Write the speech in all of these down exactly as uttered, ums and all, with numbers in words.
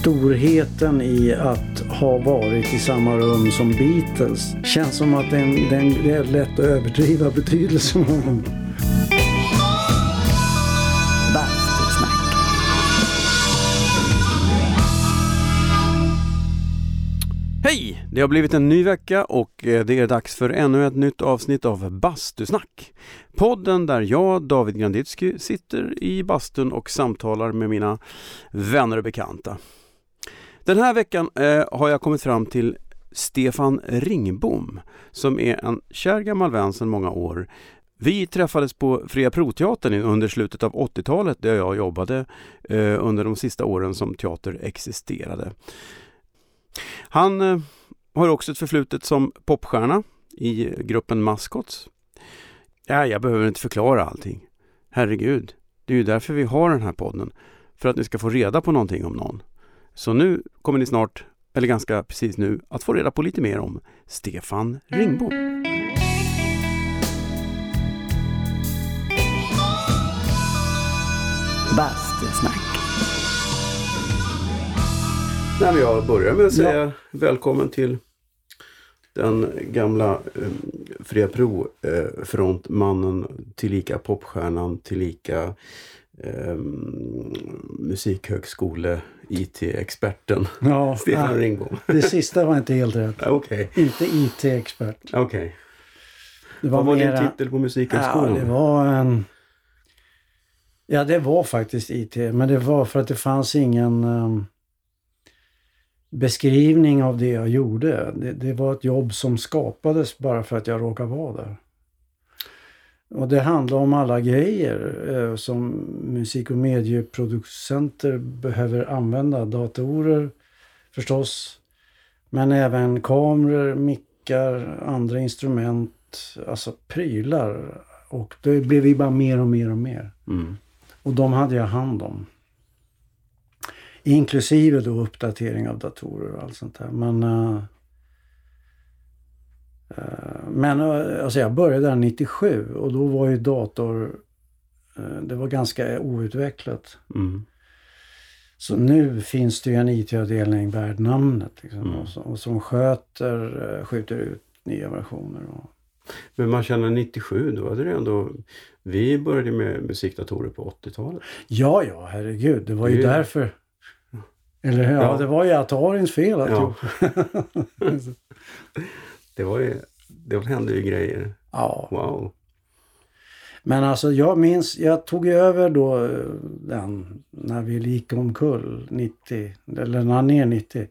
storheten i att ha varit i samma rum som Beatles känns som att den, den, det är lätt att överdriva betydelsen av dem. Hej! Det har blivit en ny vecka och det är dags för ännu ett nytt avsnitt av Bastusnack. Podden där jag, David Granditsky, sitter i bastun och samtalar med mina vänner och bekanta. Den här veckan eh, har jag kommit fram till Stefan Ringbom som är en kär gammal vän sedan många år. Vi träffades på Fria Proteatern under slutet av åttiotalet där jag jobbade eh, under de sista åren som teater existerade. Han eh, har också ett förflutet som popstjärna i gruppen Maskots. Ja, jag behöver inte förklara allting. Herregud, det är ju därför vi har den här podden. För att ni ska få reda på någonting om någon. Så nu kommer ni snart, eller ganska precis nu, att få reda på lite mer om Stefan Ringbom. Bastusnack. Nej, men jag börjar med att säga ja. Välkommen till den gamla eh, Fria Pro eh, frontmannen, tillika popstjärnan, tillika eh, musikhögskole I T-experten ja, Stefan ja, Ringbom. Det sista var inte helt rätt. Okay. Inte I T-expert. Okej. Okay. Det var Vad var mera, din titel på musikhögskolan? Ja, det var en... Ja, det var faktiskt I T. Men det var för att det fanns ingen... Um... beskrivning av det jag gjorde. Det, det var ett jobb som skapades bara för att jag råkade vara där. Och det handlar om alla grejer eh, som musik- och medieproducenter behöver använda. Datorer förstås. Men även kameror, mickar, andra instrument. Alltså prylar. Och det blev vi bara mer och mer och mer. Mm. Och de hade jag hand om. Inklusive då uppdatering av datorer och allt sånt där. Men, uh, uh, men uh, alltså jag började där nittiosju och då var ju dator, uh, det var ganska outvecklat. Mm. Så nu finns det ju en I T-avdelning värd namnet. Liksom, mm. och, så, och som sköter, uh, skjuter ut nya versioner. Och... Men man känner nittiosju, då var det ändå... Vi började med musikdatorer på åttiotalet. Ja, ja, herregud. Det var ju det... därför... Eller ja, ja, det var ju Atarins fel att ja. det var ju, det hände ju grejer. Ja. Wow. Men alltså jag minns, jag tog över då den när vi gick omkull nittio, eller när ner nittio.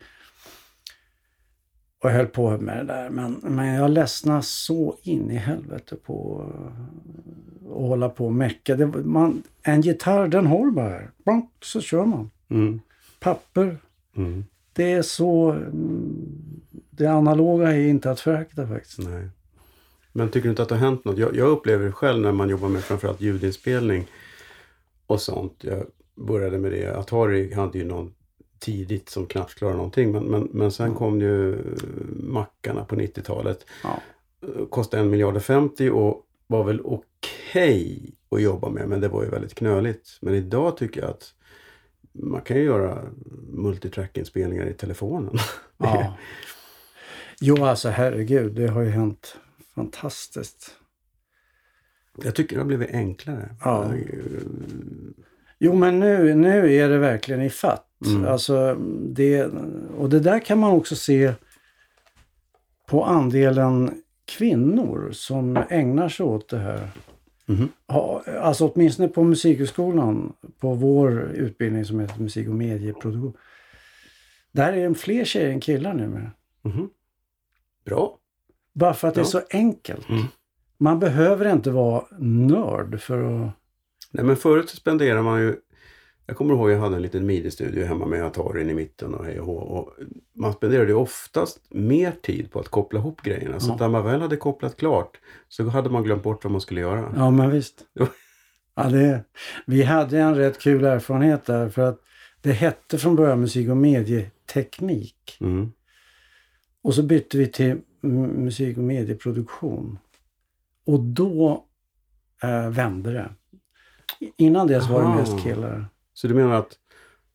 Och höll på med det där. Men, men jag ledsnade så in i helvete på att hålla på och mecka. Det, man, en gitarr, den har bara här. Bonk, så kör man. Mm. Papper. Mm. Det är så... Det analoga är inte att förakta faktiskt. Nej. Men tycker du inte att det har hänt något? Jag, jag upplever det själv när man jobbar med framförallt ljudinspelning och sånt. Jag började med det. Atari hade ju någon tidigt som knappt klarade någonting. Men, men, men sen mm. kom ju mackarna på nittiotalet. Ja. Kostade en miljard och femtio och var väl okej okay att jobba med. Men det var ju väldigt knöligt. Men idag tycker jag att man kan ju göra multitrack-inspelningar i telefonen. Ja. Jo, alltså herregud, det har ju hänt fantastiskt. Jag tycker det har blivit enklare. Ja. Jo, men nu, nu är det verkligen i fatt. Mm. Alltså, det, och det där kan man också se på andelen kvinnor som ägnar sig åt det här. Mm. Ja, alltså åtminstone på musikhögskolan, på vår utbildning som heter musik- och medieproduktion. Där är det fler tjejer än killar nu med. Mm. Bra. Bara för att ja. det är så enkelt. Mm. Man behöver inte vara nörd för att... Nej, men förut spenderar man ju... Jag kommer ihåg att jag hade en liten midi-studio hemma med Atarin i mitten och hej och hå. Och man spenderade ju oftast mer tid på att koppla ihop grejerna. Så ja. när man väl hade kopplat klart så hade man glömt bort vad man skulle göra. Ja, men visst. Ja, det, vi hade en rätt kul erfarenhet där för att det hette från början musik- och medieteknik. Mm. Och så bytte vi till musik- och medieproduktion. Och då äh, vände det. Innan dess var det mest killar. Så du menar att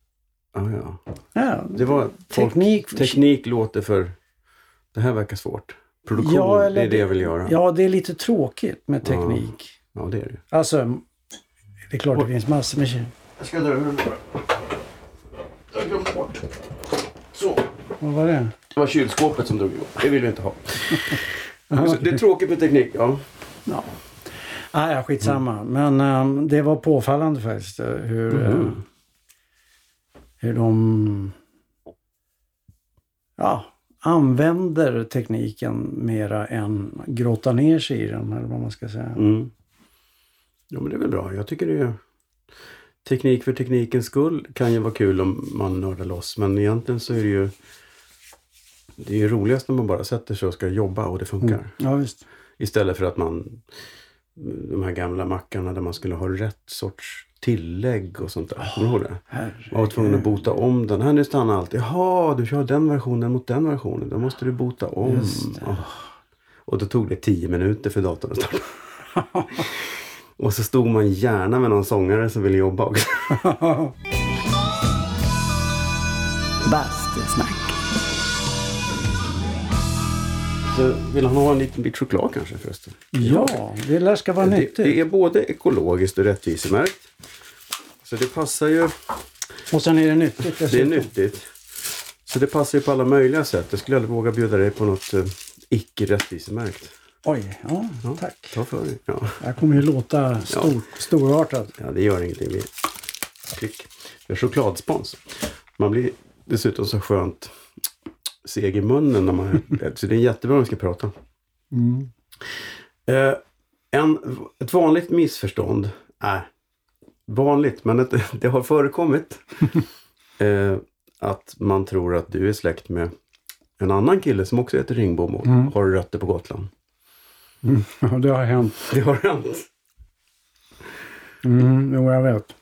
Ah, ja. Ja, Det var folk, teknik. teknik låter för... Det här verkar svårt. Produktion, Ja, eller det är det det- jag vill göra. Ja, det är lite tråkigt med teknik. Ja, det är det. Alltså, det är klart det finns massor med tjej. Jag ska dra över den bara. Jag glömde bort. Så. Vad var det? Det var kylskåpet som drog ihop. Det vill vi inte ha. Aha, Så det är tråkigt med teknik, ja. Ja. Ah, ja, skitsamma. Mm. Men um, det var påfallande faktiskt uh, hur, Mm. uh, hur de ja, använder tekniken mera än grottar ner sig i den, eller vad man ska säga. Mm. Ja, men det är väl bra. Jag tycker det är... Teknik för teknikens skull kan ju vara kul om man nördar loss. Men egentligen så är det ju... Det är ju roligast när man bara sätter sig och ska jobba och det funkar. Mm. Ja, visst. Istället för att man... De här gamla mackarna där man skulle ha rätt sorts tillägg och sånt där. Kommer du ihåg det? Herregud. Man var tvungen att bota om den. Här nu stannar allt. Jaha, du kör den versionen mot den versionen. Då måste du bota om. Just det. Oh. Och då tog det tio minuter för datorn att starta. Och så stod man gärna med någon sångare som ville jobba också. Bastusnack. Så vill han ha en liten bit choklad kanske förresten? Ja, det lär ska vara det, nyttigt. det är både ekologiskt och rättvisemärkt. Så det passar ju... Och sen är det nyttigt. Det är dessutom. nyttigt. Så det passar ju på alla möjliga sätt. Jag skulle aldrig våga bjuda dig på något uh, icke-rättvisemärkt. Oj, ja, Ja, tack. ta för dig. Ja. Jag kommer ju låta stor, Ja. storartad. ja, det gör ingenting. Vi, klick. Vi har chokladspons. Man blir dessutom så skönt seg i munnen när man... Så det är jättebra om vi ska prata. Mm. Eh, en, ett vanligt missförstånd är vanligt, men ett, det har förekommit eh, att man tror att du är släkt med en annan kille som också heter Ringbom och Mm. har rötter på Gotland. Mm. Ja, det har hänt. Det har hänt. Mm, jo, jag vet.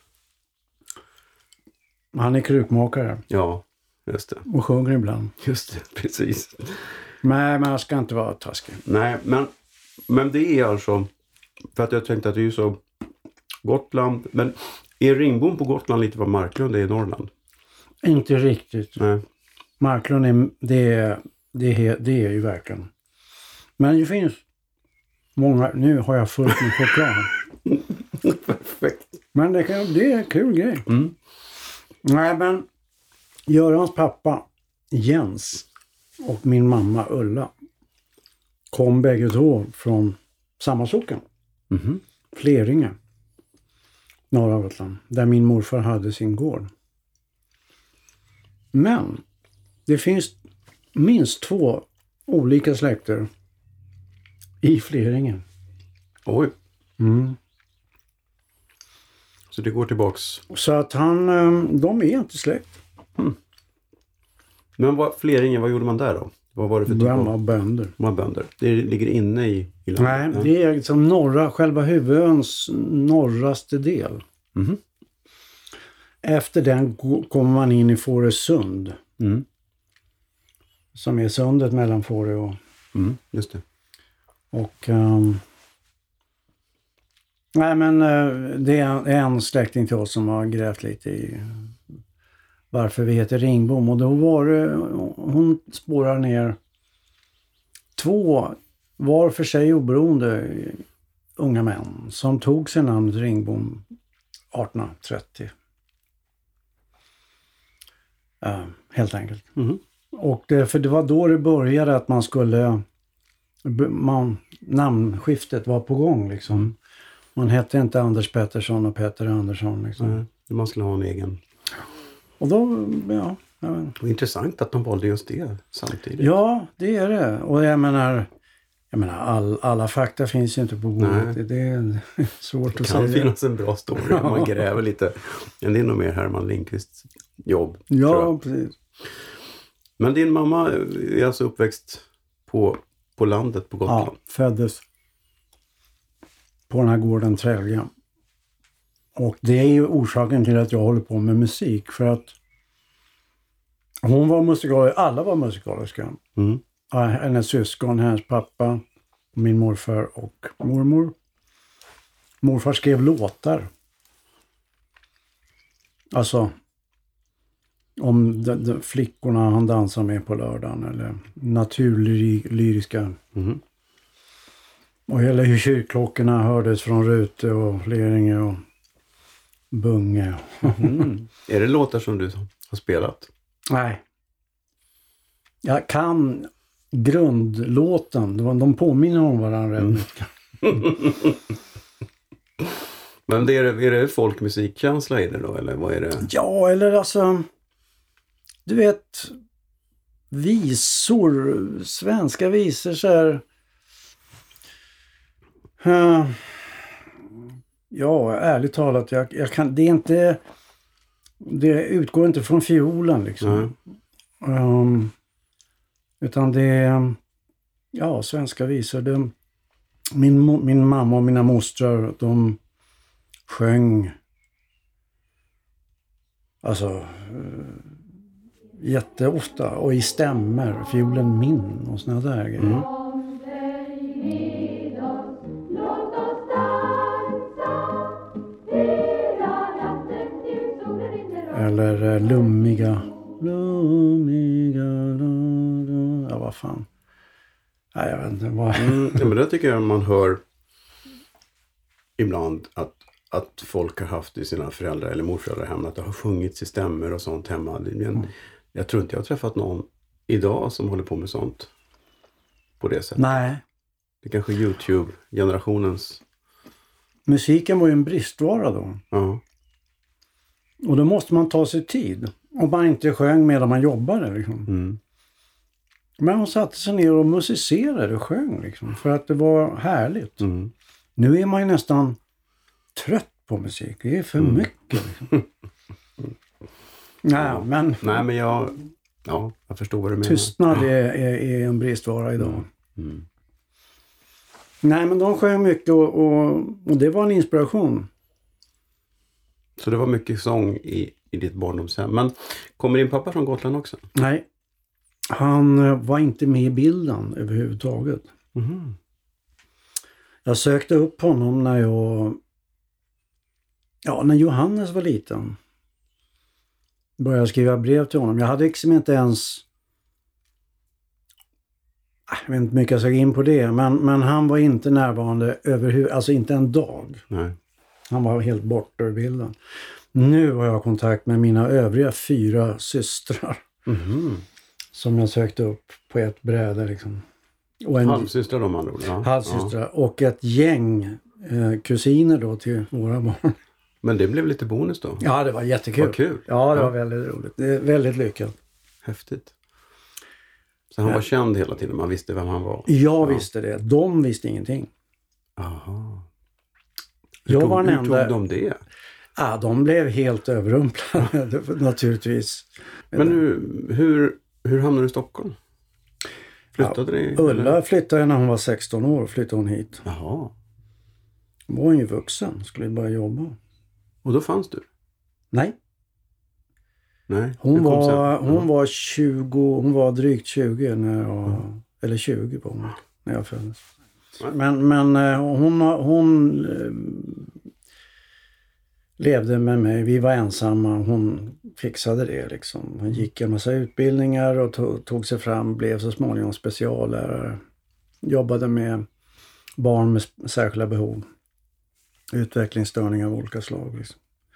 Han är krukmakare Ja, just det. och sjunger ibland. Just det, precis. Nej, men jag ska inte vara taskig. Nej, men, men det är alltså för att jag tänkte att det är ju så Gotland, men är Ringbom på Gotland lite vad Marklund är i Norrland? Inte riktigt. Nej. Marklund är, det, är, det, är, det är ju verkligen. Men det finns många, nu har jag fullt med choklad. Perfekt. Men det, kan, det är en kul grej. Mm. Nej, men Görans pappa Jens och min mamma Ulla kom bägge två från samma socken. Mhm. Fleringe, norra Gotland, där min morfar hade sin gård. Men det finns minst två olika släkter i Fleringe. Oj, Mm. så det går tillbaks. Så att han, eh, de är inte släkt. Men vad, Fleringe, vad gjorde man där då? Vad var det för typ De av var bönder. vad bönder? Det ligger inne i, i landet? Nej, det är liksom norra, själva huvudöns norraste del. Mhm. Efter den gå- kommer man in i Fårösund. Mm. Som är sundet mellan Fårö och... Mm, just det. och um, nej, men uh, det är en släkting till oss som har grävt lite i varför vi heter Ringbom. Och då var det, hon spårar ner två var för sig oberoende unga män som tog sig namnet Ringbom artonhundratrettio. Uh, helt enkelt. Mhm. Och det, för det var då det började att man skulle man, namnskiftet var på gång liksom. Mm. Man hette inte Anders Pettersson och Peter Andersson liksom. Nej, man skulle ha en egen. Och då, ja, jag vet inte. Och intressant att de valde just det samtidigt. Ja, det är det. Och jag menar, jag menar all, alla fakta finns ju inte på bordet. Det, det är svårt Det att kan säga. finnas en bra story om man gräver lite. Men det är nog mer Herman Lindqvists jobb. tror Ja, jag. precis. Men din mamma är alltså uppväxt på, på landet på Gotland? Ja, föddes på den här gården Trälja. Och det är ju orsaken till att jag håller på med musik. För att hon var musikalisk, alla var musikaliska. Mm. Ja, hennes syskon, hennes pappa, min morfar och mormor. Morfar skrev låtar. Alltså om de, de flickorna han dansar med på lördagen eller naturlyriska. Mm. Och hela hur kyrkklockorna hördes från Rute och Leringe och Bunge. Mm. Är det låtar som du har spelat? Nej. Jag kan grundlåten. De påminner om varandra rätt mycket. Men det är, är det folkmusikkänsla i det då? Eller vad är det? Ja, eller alltså... Du vet... Visor. Svenska visor så här... Uh, ja, ärligt talat. Jag, jag kan, det är inte... Det utgår inte från fiolen liksom. Mm. Um, utan det är... Ja, svenska visor. Det, min, min mamma och mina mostrar, de sjöng alltså uh, jätteofta och i stämmer, fiolen min och såna där grejer. Mm. Eller uh, lummiga lummiga lummiga. Ja, vad fan. Nej, jag vet inte vad. Mm, ja, men det tycker jag man hör ibland att, att folk har haft i sina föräldrar eller morföräldrar hemma, att det har sjungits i stämmer och sånt hemma. Men mm. jag tror inte jag har träffat någon idag som håller på med sånt på det sättet. Nej. Det är kanske YouTube-generationens... Musiken var ju en bristvara då. Ja. Och då måste man ta sig tid. Om man inte sjöng medan man jobbade liksom. Mm. Men hon satte sig ner och musicerade och sjöng liksom. För att det var härligt. Mm. Nu är man ju nästan trött på musik. Det är för mm. mycket. Liksom. Nej, ja. men... Nej, men jag... Ja, jag förstår vad du menar. Tystnad är, är, är en bristvara idag. Mm. Mm. Nej, men de sjöng mycket och, och, och det var en inspiration. Så det var mycket sång i, i ditt barndomshem. Men kommer din pappa från Gotland också? Nej. Han var inte med i bilden överhuvudtaget. Mm. Jag sökte upp honom när jag... Ja, när Johannes var liten. Började skriva brev till honom. Jag hade liksom inte ens... Jag vet inte mycket jag ska gå in på det. Men, men han var inte närvarande överhuvud... Alltså inte en dag. Nej. Han var helt borta ur bilden. Nu har jag kontakt med mina övriga fyra systrar. Mm. Som jag sökte upp på ett bräde liksom. Och en halvsystrar de andra ord. Ja. Halvsystrar. Ja. Och ett gäng eh, kusiner då till våra barn. Men det blev lite bonus då? Ja, det var jättekul. Vad kul. Ja, det ja. var väldigt roligt. Det är väldigt lyckat. Häftigt. Så han ja. var känd hela tiden, man visste vem han var? Jag ja. visste det. De visste ingenting. Aha. Hur, jag tog, var hur enda... tog de det? Ja, de blev helt överrumplade naturligtvis. Men hur, hur, hur hamnade du i Stockholm? Flyttade ja, ni? Ulla eller? Flyttade när hon var sexton år. Flyttade hon hit. Jaha. Hon var ju vuxen. Skulle börja jobba. Och då fanns du? Nej. Nej. Hon var, hon var tjugo, hon var drygt tjugo när jag, mm. eller tjugo på hon, när jag föddes. Mm. Men, men hon, hon levde med mig. Vi var ensamma. Hon fixade det liksom. Hon gick en massa utbildningar och tog, tog sig fram. Blev så småningom speciallärare. Jobbade med barn med särskilda behov. Utvecklingsstörningar av olika slag liksom.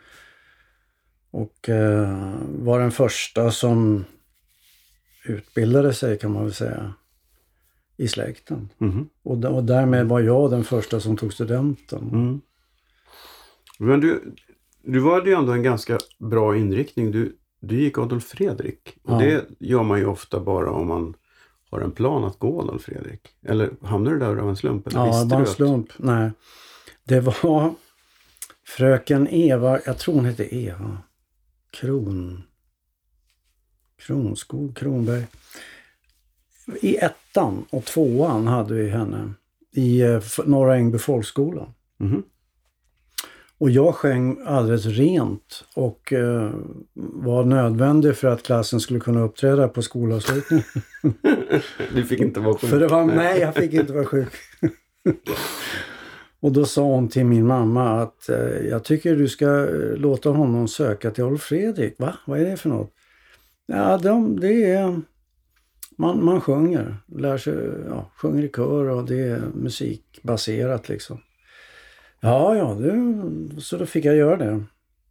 Och eh, var den första som utbildade sig kan man väl säga i släkten. Mm. Och, och därmed var jag den första som tog studenten. Mm. Men du, du var ju ändå en ganska bra inriktning. Du, du gick Adolf Fredrik. Och ja. det gör man ju ofta bara om man har en plan att gå Adolf Fredrik. Eller hamnar du där av en slump? Eller ja, det var en att... slump. Nej. Det var fröken Eva, jag tror hon hette Eva. Kron. Kronskog, Kronberg. I ettan och tvåan hade vi henne i eh, Norra Ängby folkskola. Mm. Och jag sjöng alldeles rent och eh, var nödvändig för att klassen skulle kunna uppträda på skolavslutningen. Du fick inte vara sjuk? För det var, nej, jag fick inte vara sjuk. Och då sa hon till min mamma att eh, jag tycker du ska låta honom söka till Adolf Fredrik. Va? Vad är det för något? Ja, de, det är... Man, man sjunger, lär sig, ja, sjunger i kör och det är musikbaserat liksom. Ja, ja, det, så då fick jag göra det.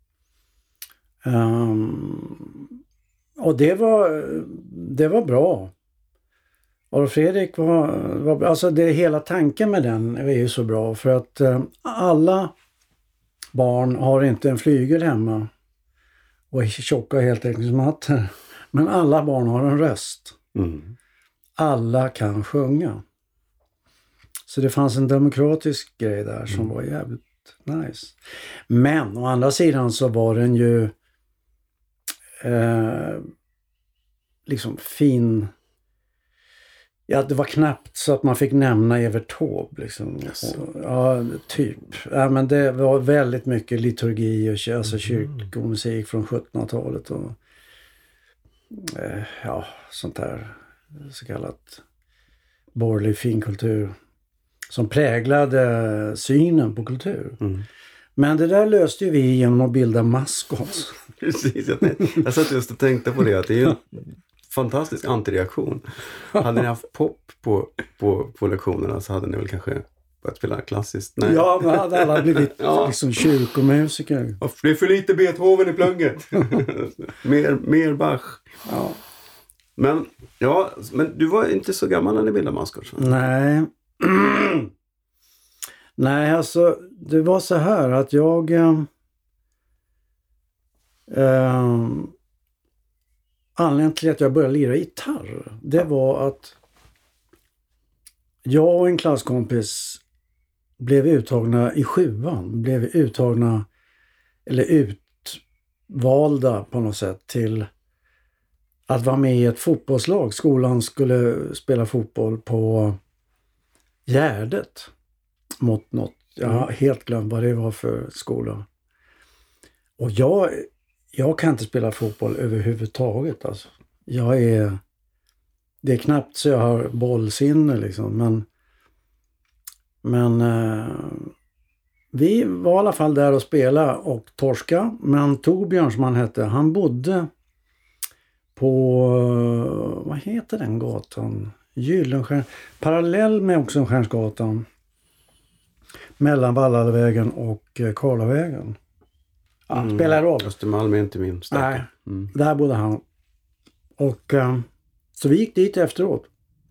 Um, och det var, det var bra. Och Fredrik var, var bra. Alltså det, hela tanken med den är ju så bra för att um, alla barn har inte en flygel hemma och är tjocka helt enkelt som mattor. Men alla barn har en röst. Mm. Alla kan sjunga. Så det fanns en demokratisk grej där som mm. var jävligt nice. Men å andra sidan så var den ju eh, liksom fin. Ja, det var knappt så att man fick nämna Evert Taube liksom. Yes. Och, ja, typ. Ja, men det var väldigt mycket liturgi och alltså, kyrkomusik från sjuttonhundratalet och eh, ja, sånt där så kallat borgerlig finkultur som präglade synen på kultur. Mm. Men det där löste ju vi genom att bilda maskot. Precis, jag, jag satt just och tänkte på det, att det är en fantastisk antireaktion. Hade ni haft pop på, på, på lektionerna så hade ni väl kanske börjat spela klassiskt? Nej. Ja, men hade alla blivit ja. liksom kyrkomusiker. Det är för lite Beethoven i plugget. mer, mer Bach. Ja. Men, ja, men du var inte så gammal när ni bildade maskot? Så. Nej. Nej, alltså det var så här att jag eh, eh, anledningen till att jag började lira gitarr, det var att jag och en klasskompis blev uttagna i sjuan, blev uttagna eller utvalda på något sätt till att vara med i ett fotbollslag. Skolan skulle spela fotboll på Gärdet mot något. Jag har helt glömt vad det var för skola. Och jag, jag kan inte spela fotboll överhuvudtaget. Alltså. Jag är... Det är knappt så jag har bollsinne liksom. Men, men eh, vi var i alla fall där och spela och torska. Men Torbjörn som han hette, han bodde på... Vad heter den gatan? Gyllenstjärn, parallell med Oxenstiernsgatan mellan Vallalavägen och Karlavägen. Ja, mm. Spelar roll. Östermalm är inte min stacka. Nej, mm. Där bodde han. Och um, så vi gick dit efteråt.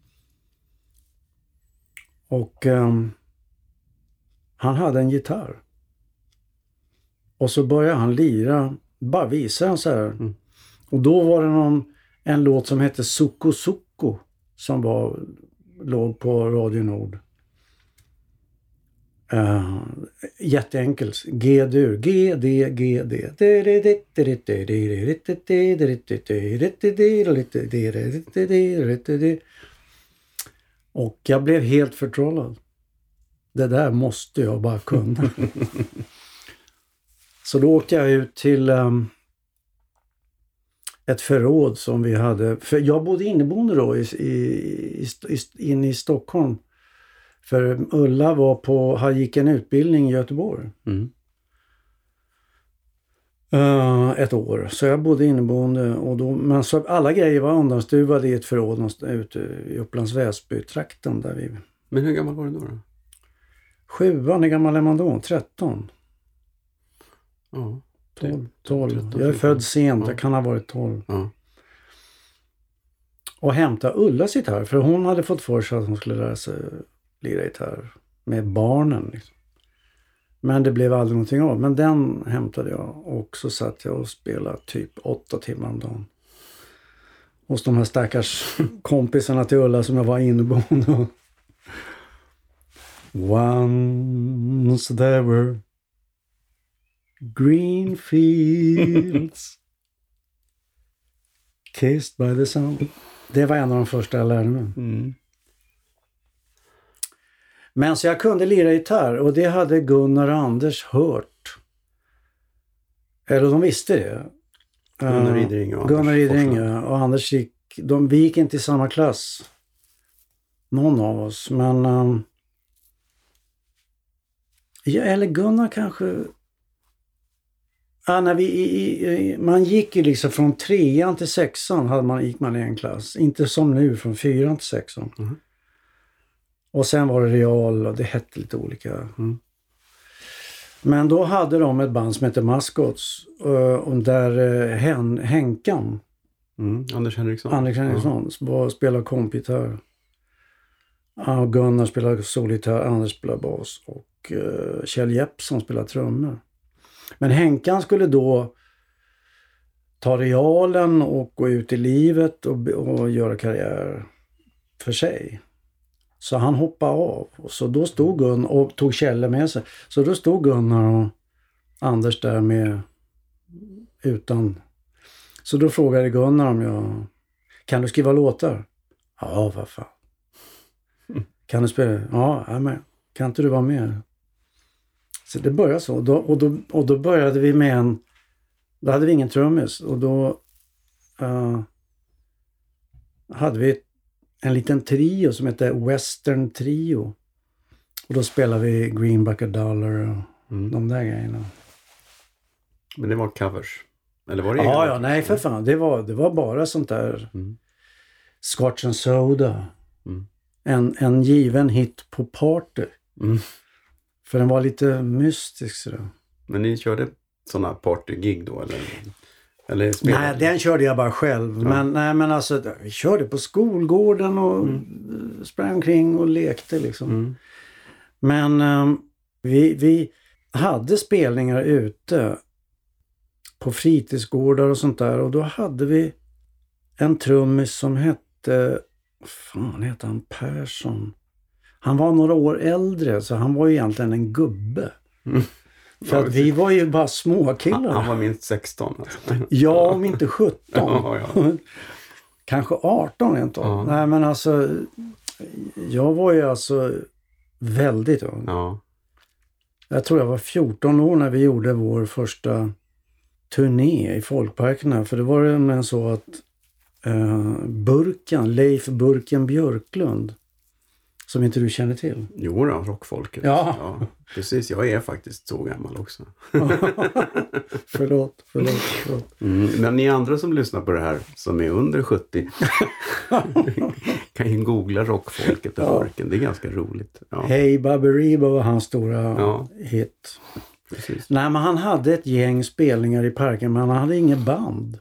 Och um, han hade en gitarr. Och så började han lira, bara visa han så här. Mm. Och då var det någon, en låt som hette Soko Soko. Som var, låg på Radio Nord. Uh, jätteenkelt. G-dur. G, D, G, D. Och jag blev helt förtrollad. Det där måste jag bara kunna. Så då åkte jag ut till... Um, ett förråd som vi hade, för jag bodde inneboende då i, i, i, inne i Stockholm, för Ulla var på, han gick en utbildning i Göteborg mm. uh, ett år, så jag bodde inneboende och då, men så alla grejer var undanstuvade i ett förråd ute i Upplands Väsby-trakten där vi. Men hur gammal var du då? då? Sjuan, hur gammal är man då? tretton. Ja. tolv, tolv. Jag är född sent, ja. Jag kan ha varit tolv. Ja. Och hämta Ulla sitt här, för hon hade fått för sig att hon skulle lära sig lira gitarr med barnen. Liksom. Men det blev aldrig någonting av. Men den hämtade jag och så satt jag och spelade typ åtta timmar om dagen. Hos de här stackars kompisarna till Ulla som jag var inneboende. Once there were green fields kissed by the sun. Det var en av de första jag lärde mig. Mm. Men så jag kunde lira gitarr och det hade Gunnar och Anders hört. Eller de visste det. Gunnar Idring och Gunnar Idring och Anders gick, de, vi gick inte i samma klass. Någon av oss. Men um, ja, eller Gunnar kanske... Ja, när vi, i, i, man gick ju liksom från trean till sexan hade man, gick man i en klass. Inte som nu från fyran till sexan. Mm. Och sen var det real och det hette lite olika. Mm. Men då hade de ett band som heter Mascots. Och där hen, Henkan. Mm. Anders Henriksson. Anders Henriksson ja. Spelade kompgitarr. Ja, Gunnar spelade solgitarr, Anders spelade bas. Och uh, Kjell Jeppsson spelade trummor. Men Henkan skulle då ta realen och gå ut i livet och, och göra karriär för sig. Så han hoppade av. Och så då stod Gunnar och tog Kjelle med sig. Så då stod Gunnar och Anders där med utan. Så då frågade Gunnar om jag kan du skriva låtar? Ja, vad fan. Mm. Kan du spela? Ja, jag med. Kan inte du vara med? Så det började så. Och då, och då, och då började vi med en... Då hade vi ingen trummis. Och då uh, hade vi en liten trio som hette Western Trio. Och då spelade vi Greenback a Dollar och mm. de där grejerna. Men det var covers? Eller var det ja, ja, nej för fan. Det var, det var bara sånt där. Mm. Scotch and Soda. Mm. En, en given hit på party. Mm. För den var lite mystisk sådär. Men ni körde sådana partygig då? Eller, eller nej, den körde jag bara själv. Ja. Men, nej, men alltså, vi körde på skolgården och mm. sprang omkring och lekte liksom. Mm. Men um, vi, vi hade spelningar ute på fritidsgårdar och sånt där. Och då hade vi en trummis som hette, fan hette han Persson. Han var några år äldre så han var ju egentligen en gubbe. Mm. För ja, att vi var ju bara småkillar. Han, han var minst sexton. Alltså. Ja, om inte sjutton. Ja, ja. Kanske arton rent av. Ja. Nej men alltså, jag var ju alltså väldigt ung. Ja. Jag tror jag var fjorton år när vi gjorde vår första turné i folkparkerna. För det var det med så att uh, Burken, Leif Burken Björklund, som inte du känner till. Jo då, rockfolket. Ja. ja. Precis, jag är faktiskt så gammal också. förlåt, förlåt, förlåt. Mm, men ni andra som lyssnar på det här, som är under sjuttio, kan ju googla rockfolket och Burken. Det är ganska roligt. Ja. Hey Baberiba var hans stora ja. hit. Precis. Nej, men han hade ett gäng spelningar i parken, men han hade inget band.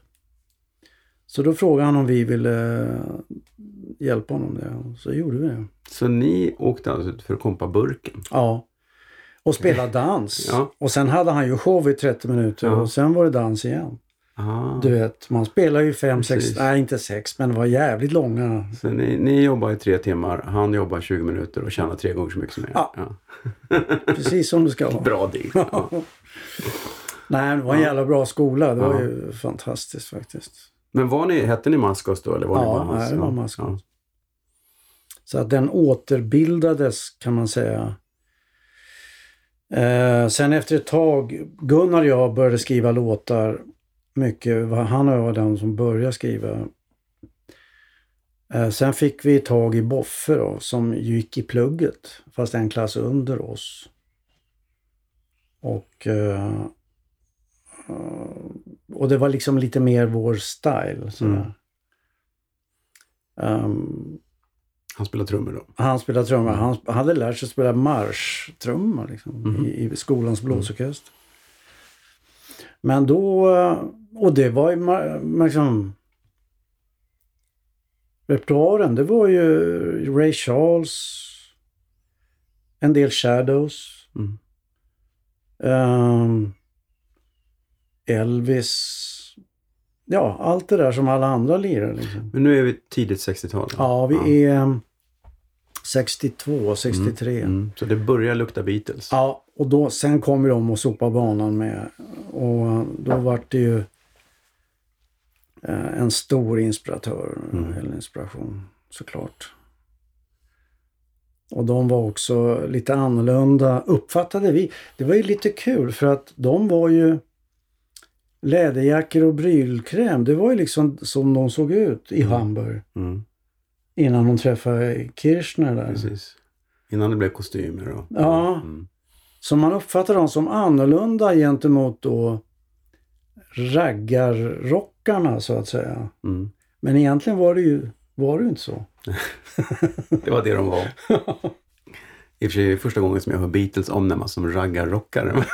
Så då frågade han om vi ville hjälpa honom det. Så gjorde vi det. Så ni åkte alltså ut för att kompa Burken? Ja. Och spela dans. Ja. Och sen hade han ju show i trettio minuter. Ja. Och sen var det dans igen. Ah. Du vet, man spelar ju fem, Precis. sex, nej inte sex, men det var jävligt långa. Så ni, ni jobbar i tre timmar, han jobbar tjugo minuter och tjänar tre gånger så mycket som er. Ja. ja. Precis som det ska vara. Bra deal. Ja. Nej, det var en ja. jävla bra skola. Det var ja. ju fantastiskt faktiskt. Men var ni, hette ni Mascos då? Eller var ja, ni bara nej, det var Mascos. Ja. Så att den återbildades kan man säga. Eh, sen efter ett tag, Gunnar och jag började skriva låtar mycket. Han och jag var den som började skriva. Eh, sen fick vi tag i Boffe då, som gick i plugget, fast en klass under oss. Och eh, och det var liksom lite mer vår style. Mm. Um, han spelade trummor då? Han spelade trummor. Mm. Han hade lärt sig spela marschtrummor liksom, mm. i, i skolans blåsorkester. Mm. Men då, och det var ju liksom, repertoaren, det var ju Ray Charles, en del Shadows, mm. um, Elvis, ja, allt det där som alla andra lirar liksom. Men nu är vi tidigt sextiotal. Ja, vi ja. är sextiotvå, sextiotre. Mm, mm. Så det börjar lukta Beatles. Ja, och då, sen kommer de och sopa banan med. Och då var det ju eh, en stor inspiratör, mm. eller inspiration, såklart. Och de var också lite annorlunda, uppfattade vi. Det var ju lite kul för att de var ju läderjackor och brylkräm. Det var ju liksom som de såg ut i Hamburg. Mm. Innan de träffade Kirchner där. Precis. Innan det blev kostymer då. Ja. Mm. Så man uppfattade dem som annorlunda gentemot då raggarrockarna så att säga. Mm. Men egentligen var det ju var det ju inte så. Det var det de var. I och för sig är det första gången som jag hör Beatles omnämnas som raggarrockare.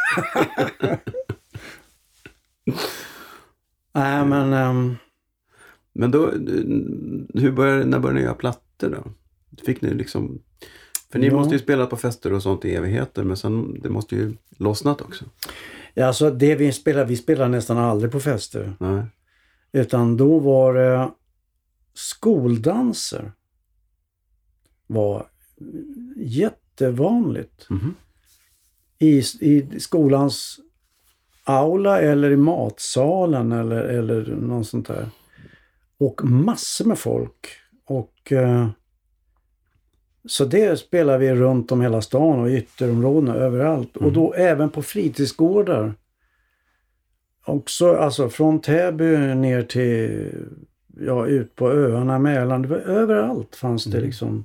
Nej, men... Um... Men då, hur började, när började ni göra plattor då? Fick ni liksom... För ni ja. måste ju spela på fester och sånt i evigheter, men sen det måste ju lossnat också. Ja, alltså det vi spelar, vi spelar nästan aldrig på fester. Nej. Utan då var det skoldanser. Var jättevanligt. Mm-hmm. I, I skolans aula eller i matsalen eller, eller något sånt där. Och massor med folk. Och eh, så det spelar vi runt om hela stan och ytterområdena överallt. Mm. Och då även på fritidsgårdar. Också alltså från Täby ner till ja, ut på öarna, Mälaren. Det var överallt fanns det mm. liksom.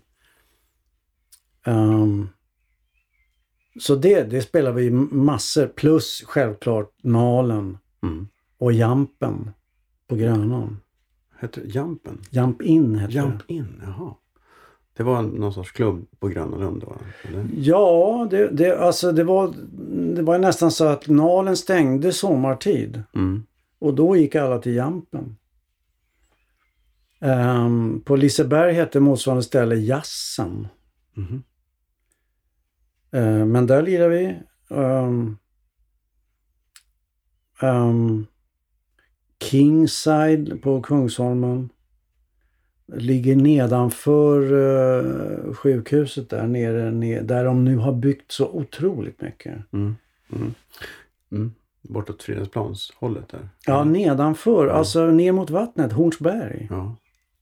Um, så det, det spelar vi massor. Plus självklart Nalen mm. och Jampen på Grönan. Heter det Jampen? Jump In heter Jump det. In, jaha. Det var någon sorts klubb på Gröna Lund då? Eller? Ja, det, det, alltså det, var, det var nästan så att Nalen stängde sommartid. Mm. Och då gick alla till Jampen. Um, på Liseberg hette motsvarande ställe Jassen. Mm. Uh, men där lirar vi. Um, um, Kingside på Kungsholmen. Ligger nedanför uh, sjukhuset där nere, nere. Där de nu har byggt så otroligt mycket. Mm. Mm. Mm. Bortåt Fridhemsplans hållet där. Ja, nedanför. Ja. Alltså ner mot vattnet. Hornsberg. Ja.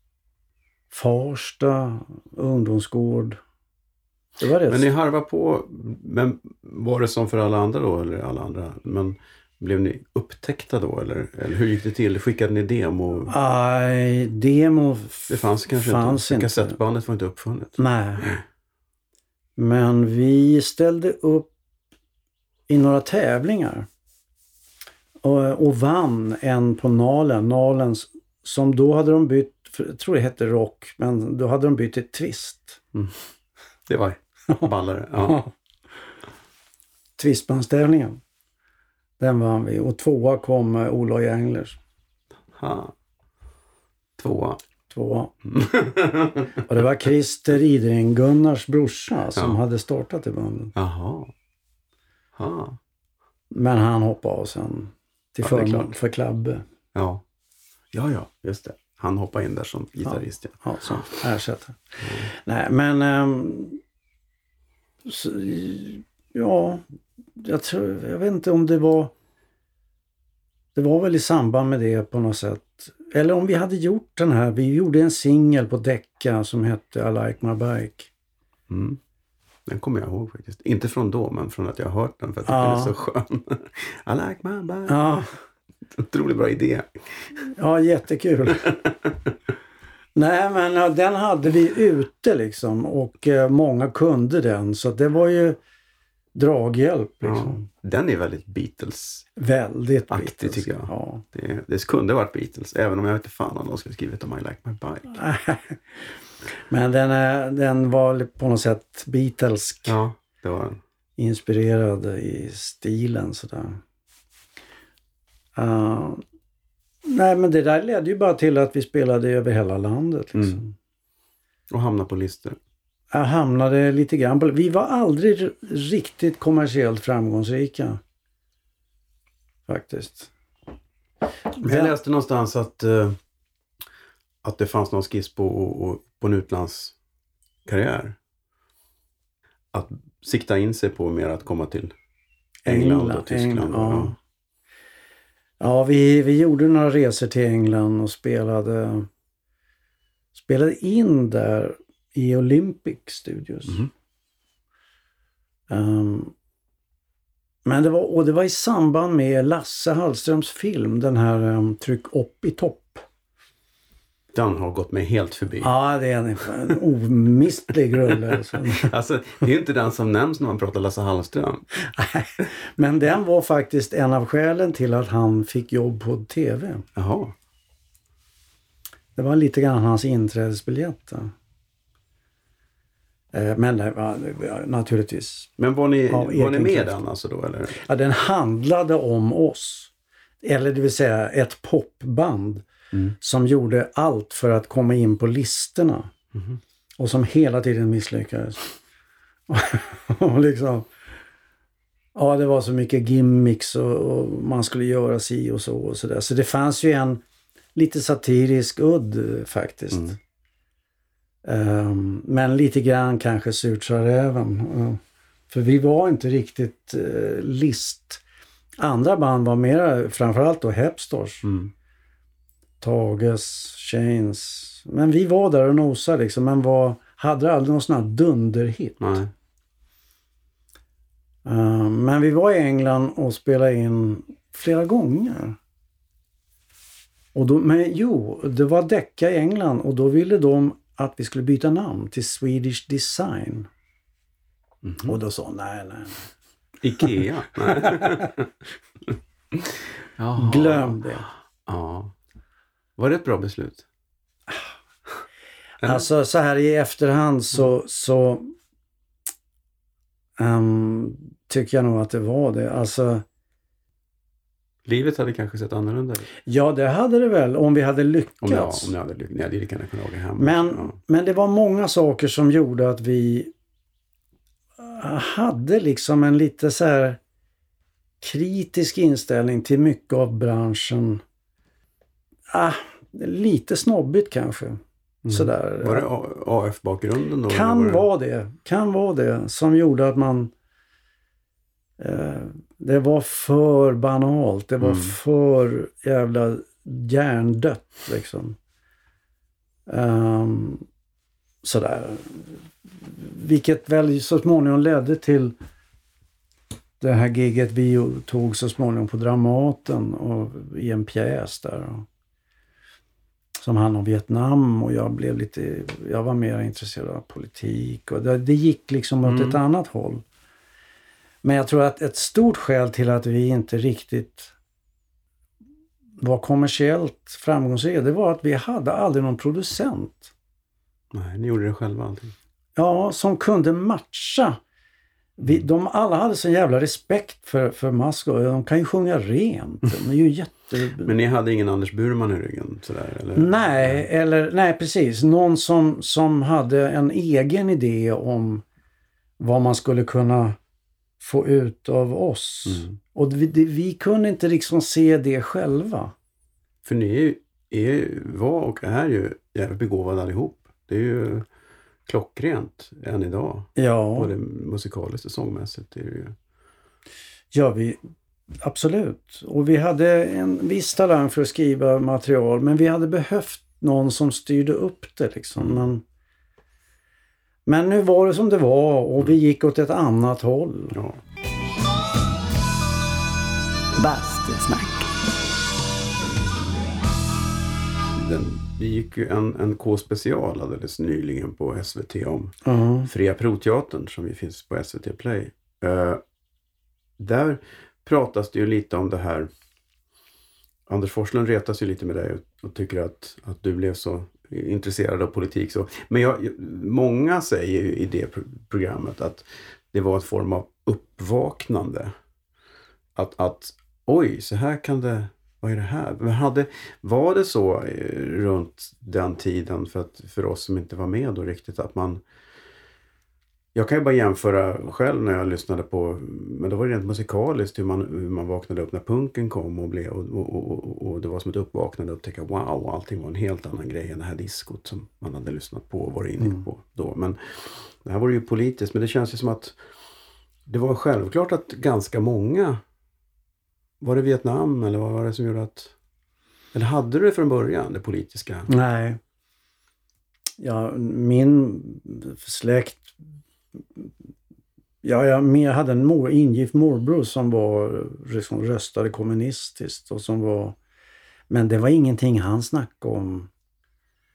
Farsta. Ungdomsgård. Det var det. Men ni harvar på. Men var det som för alla andra då? Eller alla andra? Men blev ni upptäckta då? Eller, eller hur gick det till? Skickade ni demo? Nej, demo f- Det fanns kanske fanns inte. inte. Kassettbandet var inte uppfunnet. Nej. Men vi ställde upp i några tävlingar. Och, och vann en på Nalen. Nalens, som då hade de bytt, för, jag tror det hette Rock, men då hade de bytt till Twist. Mm. Det var ballare. Ja. Twistbandstävlingen. Den vann vi. Och tvåa kom uh, Olof Englers. Ha. Tvåa. Tvåa. Och det var Christer Idring, Gunnars brorsa, som ja. hade startat det bandet. Jaha. Ha. Men han hoppade av sen till ja, förmån för Klabbe. Ja. Ja, ja, just det. Han hoppade in där som gitarrist. Ja, ja som ersättare. Mm. Nej, men um, så, ja, jag tror, jag vet inte om det var det var väl i samband med det på något sätt. Eller om vi hade gjort den här, vi gjorde en singel på Decca som hette I Like My Bike. Mm. Den kommer jag ihåg faktiskt. Inte från då, men från att jag har hört den för att ja. den är så skön. I like my bike. Ja. Otroligt bra idé. Ja, jättekul. Nej, men ja, den hade vi ute liksom och eh, många kunde den. Så det var ju draghjälp liksom. Ja, den är väldigt Beatles. Väldigt aktig Beatles, tycker jag. Ja. Det, det kunde varit Beatles, även om jag inte fan om de skulle skrivit om I Like My Bike. Men den, är, den var på något sätt Beatlesk. Ja, det var den. Inspirerad i stilen sådär. Uh, nej, men det där ledde ju bara till att vi spelade över hela landet liksom. Mm. Och hamnade på listor. Jag hamnade lite grann på, vi var aldrig riktigt kommersiellt framgångsrika. Faktiskt. Men jag läste någonstans att uh, att det fanns någon skiss på, och, på en utlandskarriär. Att sikta in sig på mer att komma till England, England och Tyskland. England, ja. Ja, vi, vi gjorde några resor till England och spelade spelade in där i Olympic Studios. Mm. Um, men det var, och det var i samband med Lasse Hallströms film, den här um, Tryck upp i topp. Den har gått mig helt förbi. Ja, det är en, en omistlig rulle. Alltså, det är ju inte den som nämns när man pratar Lasse Hallström. Nej, men den var faktiskt en av skälen till att han fick jobb på tv. Jaha. Det var lite grann hans inträdesbiljett. Men det var naturligtvis... Men var ni, var ni med den alltså då? Eller? Ja, den handlade om oss. Eller det vill säga ett popband mm. som gjorde allt för att komma in på listorna. Mm. Och som hela tiden misslyckades. och liksom... Ja, det var så mycket gimmicks och, och man skulle göra si och så och så där. Så det fanns ju en lite satirisk udd faktiskt. Mm. Um, men lite grann kanske surt sa räven. Uh, för vi var inte riktigt uh, list. Andra band var mer, framförallt då Hepstars. Mm. Tages, Chains. Men vi var där och nosade liksom. Men var, hade aldrig någon sån här dunderhit. Nej. Uh, men vi var i England och spelade in flera gånger. Och då, men jo, det var Decca i England och då ville de att vi skulle byta namn till Swedish Design. Mm-hmm. Och då sa nej, nej. Ikea? Glöm det. Ja. Var det ett bra beslut? Alltså så här i efterhand så, så um, tycker jag nog att det var det. Alltså... Livet hade kanske sett annorlunda ut. Ja, det hade det väl. Om vi hade lyckats. Om jag, om jag hade lyckats. Nej, det kan jag kunna åka hem. Men, ja. men det var många saker som gjorde att vi hade liksom en lite så här kritisk inställning till mycket av branschen. Ah, lite snobbigt kanske. Mm. Sådär. Var det A F-bakgrunden då? Kan det... vara det. Kan vara det. Som gjorde att man... Eh, det var för banalt. Det var mm. för jävla hjärndött liksom. Um, sådär. Vilket väl så småningom ledde till det här giget vi tog så småningom på Dramaten och i en pjäs där. Och, som handlade om Vietnam och jag blev lite, jag var mer intresserad av politik och det, det gick liksom åt mm. ett annat håll. Men jag tror att ett stort skäl till att vi inte riktigt var kommersiellt framgångsrika, det var att vi hade aldrig någon producent. Nej, ni gjorde det själva allting. Ja, som kunde matcha. Vi, de alla hade så jävla respekt för, för Masko. De kan ju sjunga rent. De är ju jätte... Men ni hade ingen Anders Burman i ryggen? Sådär, eller? Nej, eller, nej, precis. Någon som, som hade en egen idé om vad man skulle kunna få ut av oss. Mm. Och vi, det, vi kunde inte liksom se det själva. För ni är, är, var och är ju jävligt begåvade allihop. Det är ju klockrent än idag. Ja. Både musikaliskt och sångmässigt är det ju. Ja, vi, absolut. Och vi hade en viss talang för att skriva material. Men vi hade behövt någon som styrde upp det liksom. Mm. Men, men nu var det som det var och vi gick åt ett annat håll. Ja. Bastusnack. Den, det gick ju en, en K-special alldeles nyligen på S V T om uh-huh. Fria Proteatern som ju finns på S V T Play. Uh, där pratas det ju lite om det här. Anders Forslund retas ju lite med dig och, och tycker att, att du blev så intresserad av politik. Så. Men jag, många säger ju i det programmet att det var en form av uppvaknande. Att, att oj, så här kan det... Vad är det här? Men hade, var det så runt den tiden för, att, för oss som inte var med då riktigt att man... Jag kan ju bara jämföra själv när jag lyssnade på... Men då var det rent musikaliskt hur man, hur man vaknade upp när punken kom och, blev, och, och, och, och det var som ett uppvaknande att upptäcka wow, allting var en helt annan grej än det här diskot som man hade lyssnat på och varit inne mm. på då. Men det här var ju politiskt, men det känns ju som att det var självklart att ganska många... Var det Vietnam eller vad var det som gjorde att... Eller hade du det från början, det politiska? Nej. Ja, min släkt... Ja, jag, jag hade en mor, ingift morbror som var liksom, röstade kommunistiskt och som var... Men det var ingenting han snackade om.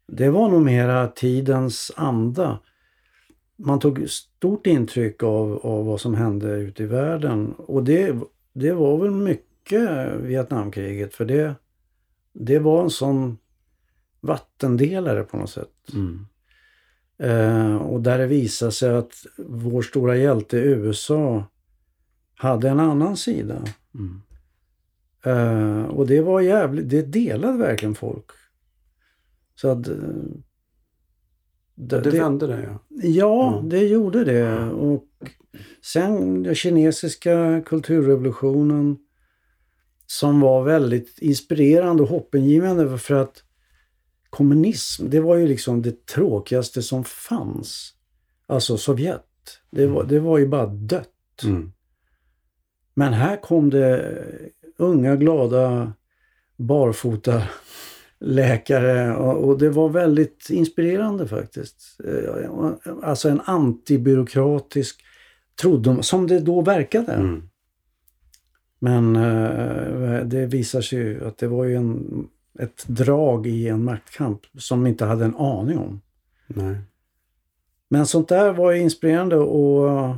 Det var nog mera tidens anda. Man tog stort intryck av, av vad som hände ute i världen. Och det, det var väl mycket Vietnamkriget. För det, det var en sån vattendelare på något sätt. Mm. Eh, och där det visade sig att vår stora hjälte U S A hade en annan sida. Mm. Eh, och det var jävligt, det delade verkligen folk. Så att det, det vände det, ja. Ja, mm. det gjorde det. Och sen den kinesiska kulturrevolutionen som var väldigt inspirerande och hoppingivande för att kommunism, det var ju liksom det tråkigaste som fanns. Alltså Sovjet. Det var, det var ju bara dött. Mm. Men här kom det unga, glada, barfota läkare och, och det var väldigt inspirerande faktiskt. Alltså en antibyråkratisk, trodde, som det då verkade. Mm. Men uh, det visar sig ju att det var ju en, ett drag i en maktkamp som inte hade en aning om. Nej. Men sånt där var ju inspirerande och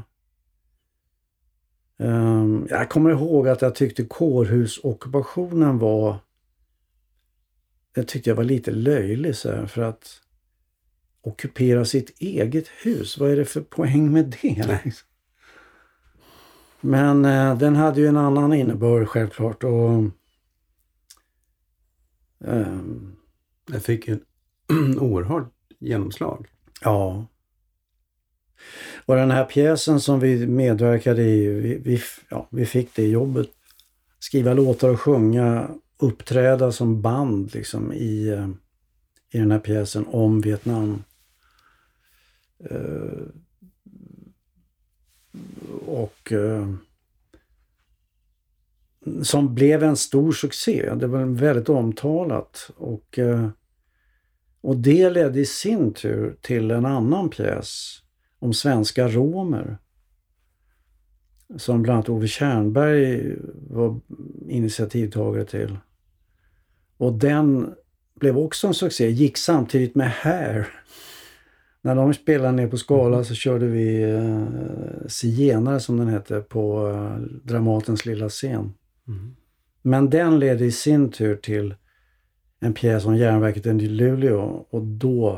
um, jag kommer ihåg att jag tyckte kårhusockupationen var jag tyckte jag var lite löjlig så här, för att ockupera sitt eget hus. Vad är det för poäng med det? Nej. Men eh, den hade ju en annan innebörd självklart. Och, eh, jag fick en oerhört genomslag. Ja. Och den här pjäsen som vi medverkade i, vi, vi, ja, vi fick det jobbet. Skriva låtar och sjunga, uppträda som band liksom i, i den här pjäsen om Vietnam. Uh, och uh, som blev en stor succé. Det var väldigt omtalat och, uh, och det ledde i sin tur till en annan pjäs om svenska romer som bland annat Ove Tjärnberg var initiativtagare till. Och den blev också en succé. Gick samtidigt med Hair. När de spelade ner på Skala så körde vi uh, Zigenare som den hette på uh, Dramatens lilla scen. Mm. Men den ledde i sin tur till en pjäs om järnverket i Luleå och då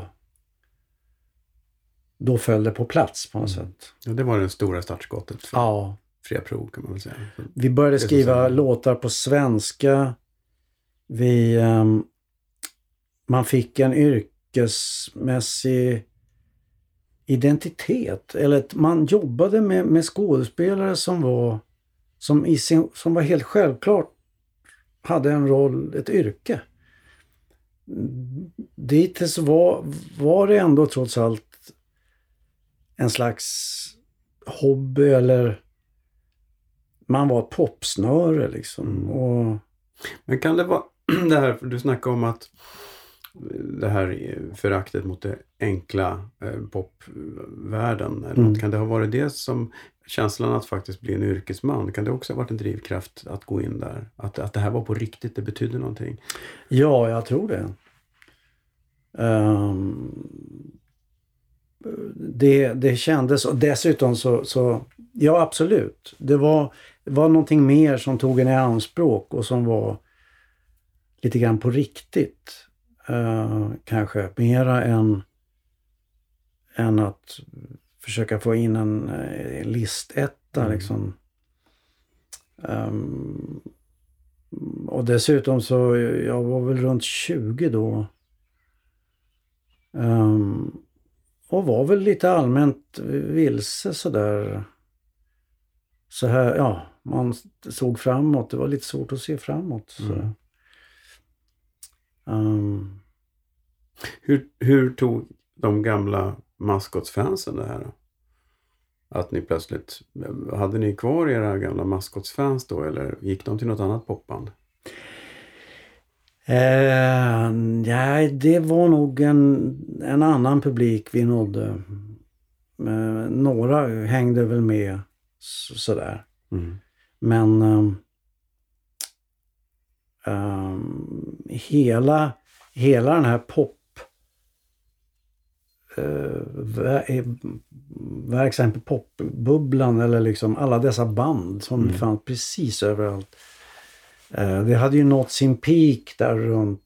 då föll det på plats på något mm. sätt. Ja, det var det stora startskottet för ja. Fria Prov kan man väl säga. Vi började skriva låtar på svenska. Vi, um, man fick en yrkesmässig identitet. Eller man jobbade med, med skådespelare som var, som, i sin, som var helt självklart hade en roll, ett yrke. Dittills var, var det ändå trots allt en slags hobby eller man var ett popsnöre liksom. Mm. Och... Men kan det vara det här, du snackade om att det här föraktet mot det enkla eh, popvärlden. Eller mm. Kan det ha varit det som känslan att faktiskt bli en yrkesman? Kan det också ha varit en drivkraft att gå in där? Att, att det här var på riktigt, det betydde någonting? Ja, jag tror det. Um, det, det kändes, och dessutom så, så ja absolut. Det var, var någonting mer som tog en i anspråk och som var lite grann på riktigt. Uh, kanske mera än, än att försöka få in en uh, listetta mm. liksom. Um, och dessutom så jag var väl runt tjugo då. Um, och var väl lite allmänt vilse sådär. Så här, ja, man såg framåt. Det var lite svårt att se framåt. Så. Mm. Um, hur, hur tog de gamla maskotsfansen det här då? Att ni plötsligt, hade ni kvar era gamla maskotsfans då eller gick de till något annat popband? Eh, nej, det var nog en, en annan publik vi nådde. Eh, några hängde väl med så, sådär. Mm. Men um, um, hela, hela den här pop eh, är verksam på popbubblan eller liksom alla dessa band som mm. fanns precis överallt. Eh, det hade ju nått sin peak där runt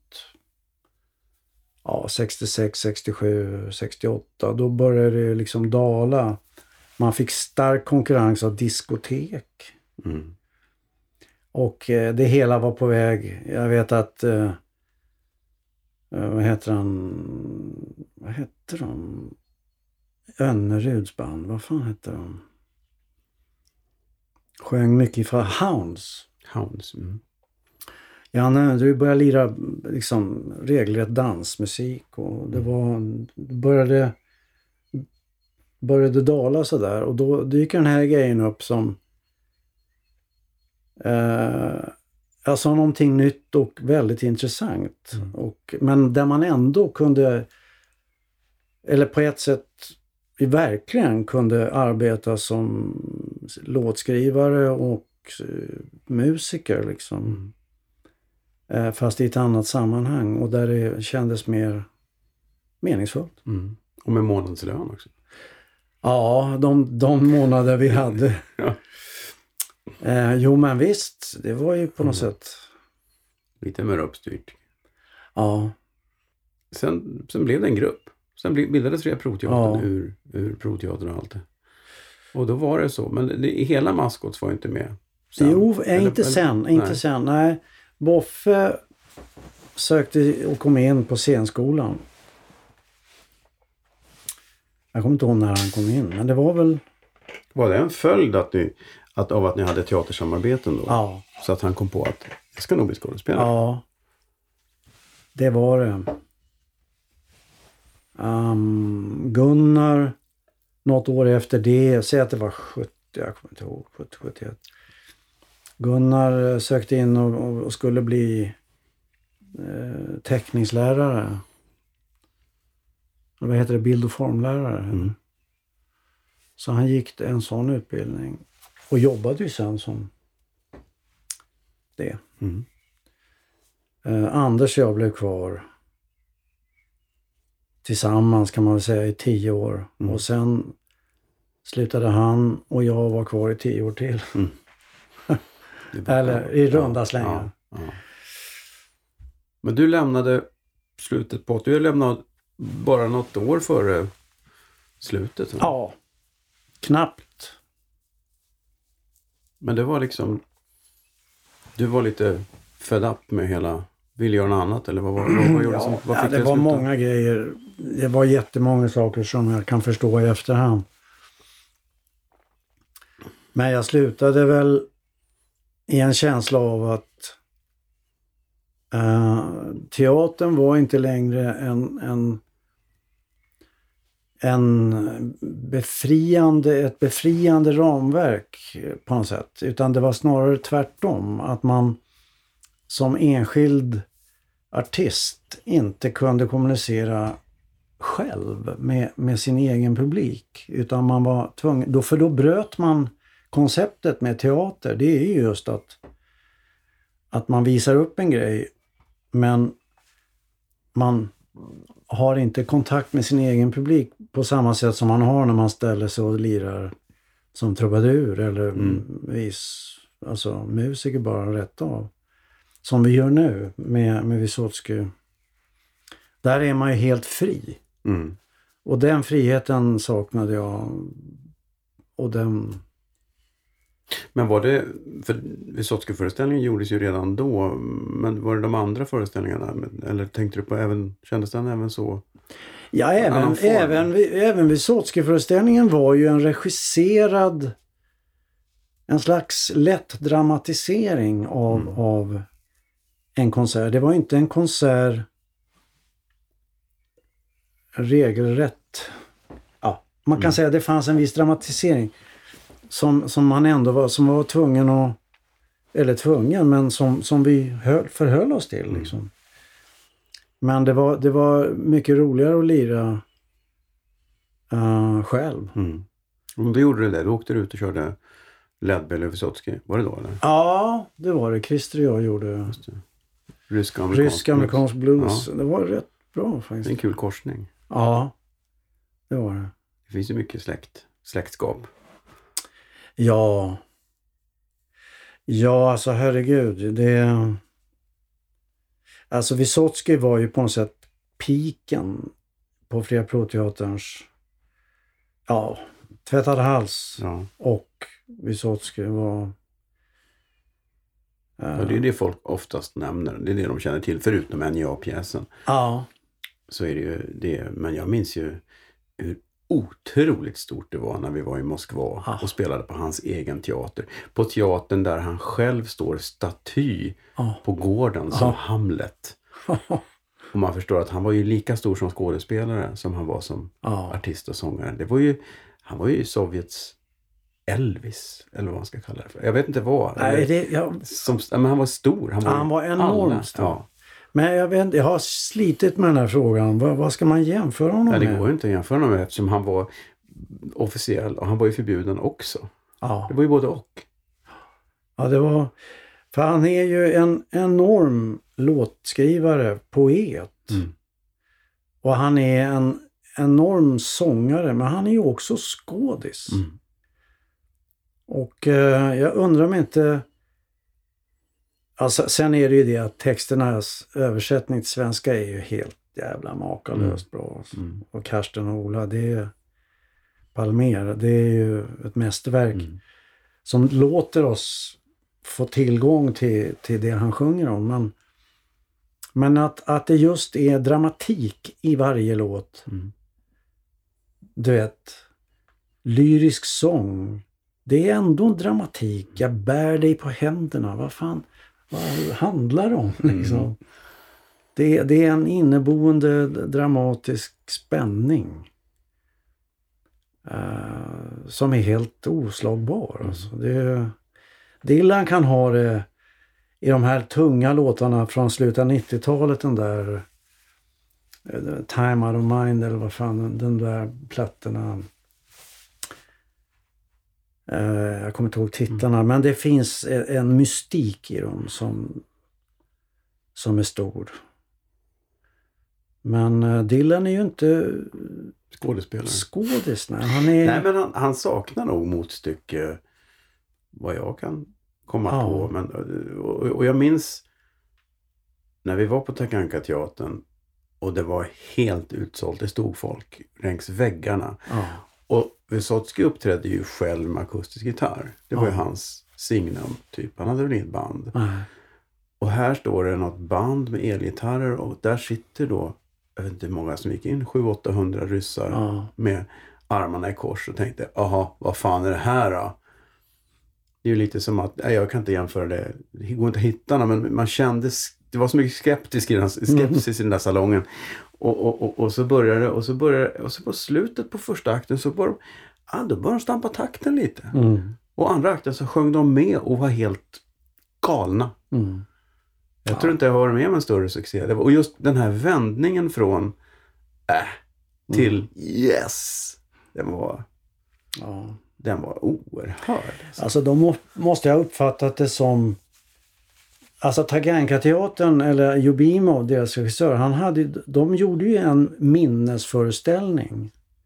ja, sextiosex, sextiosju, sextioåtta. Då började det liksom dala. Man fick stark konkurrens av diskotek. Mm. Och eh, det hela var på väg. Jag vet att eh, vad heter han? Vad heter de? Önneruds band. Vad fan heter de? Sjöng mycket för Hounds. Hounds. Mm. Ja, när du började lira liksom regelrätt dansmusik och det var började började dala så där och då dyker den här grejen upp som eh, alltså någonting nytt och väldigt intressant mm. och men där man ändå kunde eller på ett sätt vi verkligen kunde arbeta som låtskrivare och musiker liksom. Mm. Fast i ett annat sammanhang och där det kändes mer meningsfullt. Mm. Och med månadslön också. Ja, de, de månader vi hade. ja. eh, jo men visst, det var ju på något mm. sätt. Lite mer uppstyrt. Ja. Sen, sen blev det en grupp. Sen bildades Fria Proteatern ja. ur, ur Proteatern och allt det. Och då var det så. Men det, hela Maskots var inte med. Sen. Jo, eller, inte sen. Eller, inte nej. sen, nej. Boffe sökte och kom in på scenskolan. Jag kommer inte ihåg när han kom in, men det var väl... Var det en följd att ni, att, av att ni hade teatersamarbeten då? Ja. Så att han kom på att jag ska nog bli skådespelare? Ja, det var det. Um, Gunnar, något år efter det, säg att det var sjuttio, jag kommer inte ihåg, sjuttio sjuttioett. Gunnar sökte in och, och skulle bli eh, teckningslärare. Vad heter det? Bild- och formlärare. Mm. Så han gick en sån utbildning. Och jobbade ju sen som det. Mm. Eh, Anders och jag blev kvar tillsammans kan man väl säga i tio år. Mm. Och sen slutade han och jag var kvar i tio år till. Mm. Eller i runda slängar. Ja, ja. Men du lämnade slutet på... Du lämnade bara något år före slutet. Så. Ja, knappt. Men det var liksom... Du var lite fed up med hela... Vill göra något annat? Eller vad, vad, vad, vad gjorde ja, som, vad fick ja, det, det var sluta? Många grejer. Det var jättemånga saker som jag kan förstå i efterhand. Men jag slutade väl i en känsla av att uh, teatern var inte längre en, en, en befriande, ett befriande ramverk på något sätt. Utan det var snarare tvärtom. Att man som enskild artist inte kunde kommunicera själv med, med sin egen publik. Utan man var tvungen, då, för då bröt man konceptet med teater. Det är ju just att, att man visar upp en grej men man har inte kontakt med sin egen publik på samma sätt som man har när man ställer sig och lirar som trubadur eller mm. vis, alltså musiker bara rätt av. Som vi gör nu med, med Vysotsky. Där är man ju helt fri. Mm. Och den friheten saknade jag. Och den... Men var det, för Vysotsky-föreställningen gjordes ju redan då, men var det de andra föreställningarna? Eller tänkte du på, även, kändes den även så? Ja, även, även, även Vysotsky-föreställningen var ju en regisserad, en slags lätt dramatisering av, mm. av en konsert. Det var inte en konsert regelrätt. Ja, man kan mm. säga att det fanns en viss dramatisering. Som, som man ändå var, som var tvungen att, eller tvungen, men som, som vi höll, förhöll oss till liksom. Mm. Men det var, det var mycket roligare att lira uh, själv. Mm. Och då gjorde du det, då åkte du ut och körde Ledbell och Vysotsky, var det då eller? Ja, det var det. Christer och jag gjorde rysk amerikansk amerikansk blues. Ja. Det var rätt bra faktiskt. En kul korsning. Ja. det var det. Det finns ju mycket släkt, släktskap. Ja. Ja, alltså herregud. Det... Alltså Vysotsky var ju på något sätt piken på Fria Proteaterns ja, Tvättad hals. Ja. Och Vysotsky var... Uh... Ja, det är det folk oftast nämner. Det är det de känner till, förutom N J A-pjäsen. Ja. Så är det ju det. Men jag minns ju hur otroligt stort det var när vi var i Moskva ah. och spelade på hans egen teater. På teatern där han själv står staty ah. på gården som ah. Hamlet. Och man förstår att han var ju lika stor som skådespelare som han var som ah. artist och sångare. Det var ju, han var ju Sovjets Elvis, eller vad man ska kalla det för. Jag vet inte vad. Nej, det, jag... som, men han var stor. Han var, han var enormt alla. stor. Ja. Men jag, vet, jag har slitit med den här frågan. Vad, vad ska man jämföra honom med? Ja, det går ju inte att jämföra honom med eftersom han var officiell och han var ju förbjuden också. Ja. Det var ju både och. Ja, det var... För han är ju en enorm låtskrivare, poet. Mm. Och han är en enorm sångare, men han är ju också skådis. Mm. Och eh, jag undrar om inte... Alltså, sen är det ju det att texternas översättning till svenska är ju helt jävla makalöst mm. bra. Alltså. Mm. Och Karsten och Ola, det är Palmer, det är ju ett mästerverk mm. som låter oss få tillgång till, till det han sjunger om. Men, men att, att det just är dramatik i varje låt. Mm. Du vet, lyrisk sång. Det är ändå en dramatik. Jag bär dig på händerna. Vad fan, vad handlar det om? Liksom? Mm. Det, det är en inneboende dramatisk spänning. Uh, som är helt oslagbar. Mm. Alltså. Det, Dylan kan ha det i de här tunga låtarna från slutet av nittiotalet. Den där uh, Time Out of Mind eller vad fan, den där plattorna. Uh, jag kommer inte ihåg titlarna, mm. men det finns en, en mystik i dem som, som är stor. Men uh, Dylan är ju inte skådespelare. Skådis, nej. Han är... Nej, men han, han saknar nog motstycke vad jag kan komma ja. på. Men, och, och jag minns när vi var på Taganka-teatern och det var helt utsålt. Det stod folk längs väggarna. Ja. Och Vysotsky uppträdde ju själv med akustisk gitarr. Det var ja. ju hans signum typ. Han hade väl inget band. Ja. Och här står det något band med elgitarrer och där sitter då, jag vet inte hur många som gick in, sju till åttahundra ryssar ja. med armarna i kors och tänkte, aha, vad fan är det här då? Det är ju lite som att, nej, jag kan inte jämföra det, det går inte att hitta någon, men man kände, det var så mycket skeptisk i den, skepsis mm. i den där salongen. Och, och, och, och så började och så började och så på slutet på första akten så började, ah, då började de stampa takten lite. Mm. Och andra akten så sjöng de med och var helt galna. Mm. Jag ja. tror inte jag har varit med om en större succé. Det var, och just den här vändningen från äh till mm. yes. Den var ja. den var oerhörd. Alltså, alltså de må, måste jag ha uppfattat det som alltså Taganka-teatern eller Jubimov, deras regissör, han hade, de gjorde ju en minnesföreställning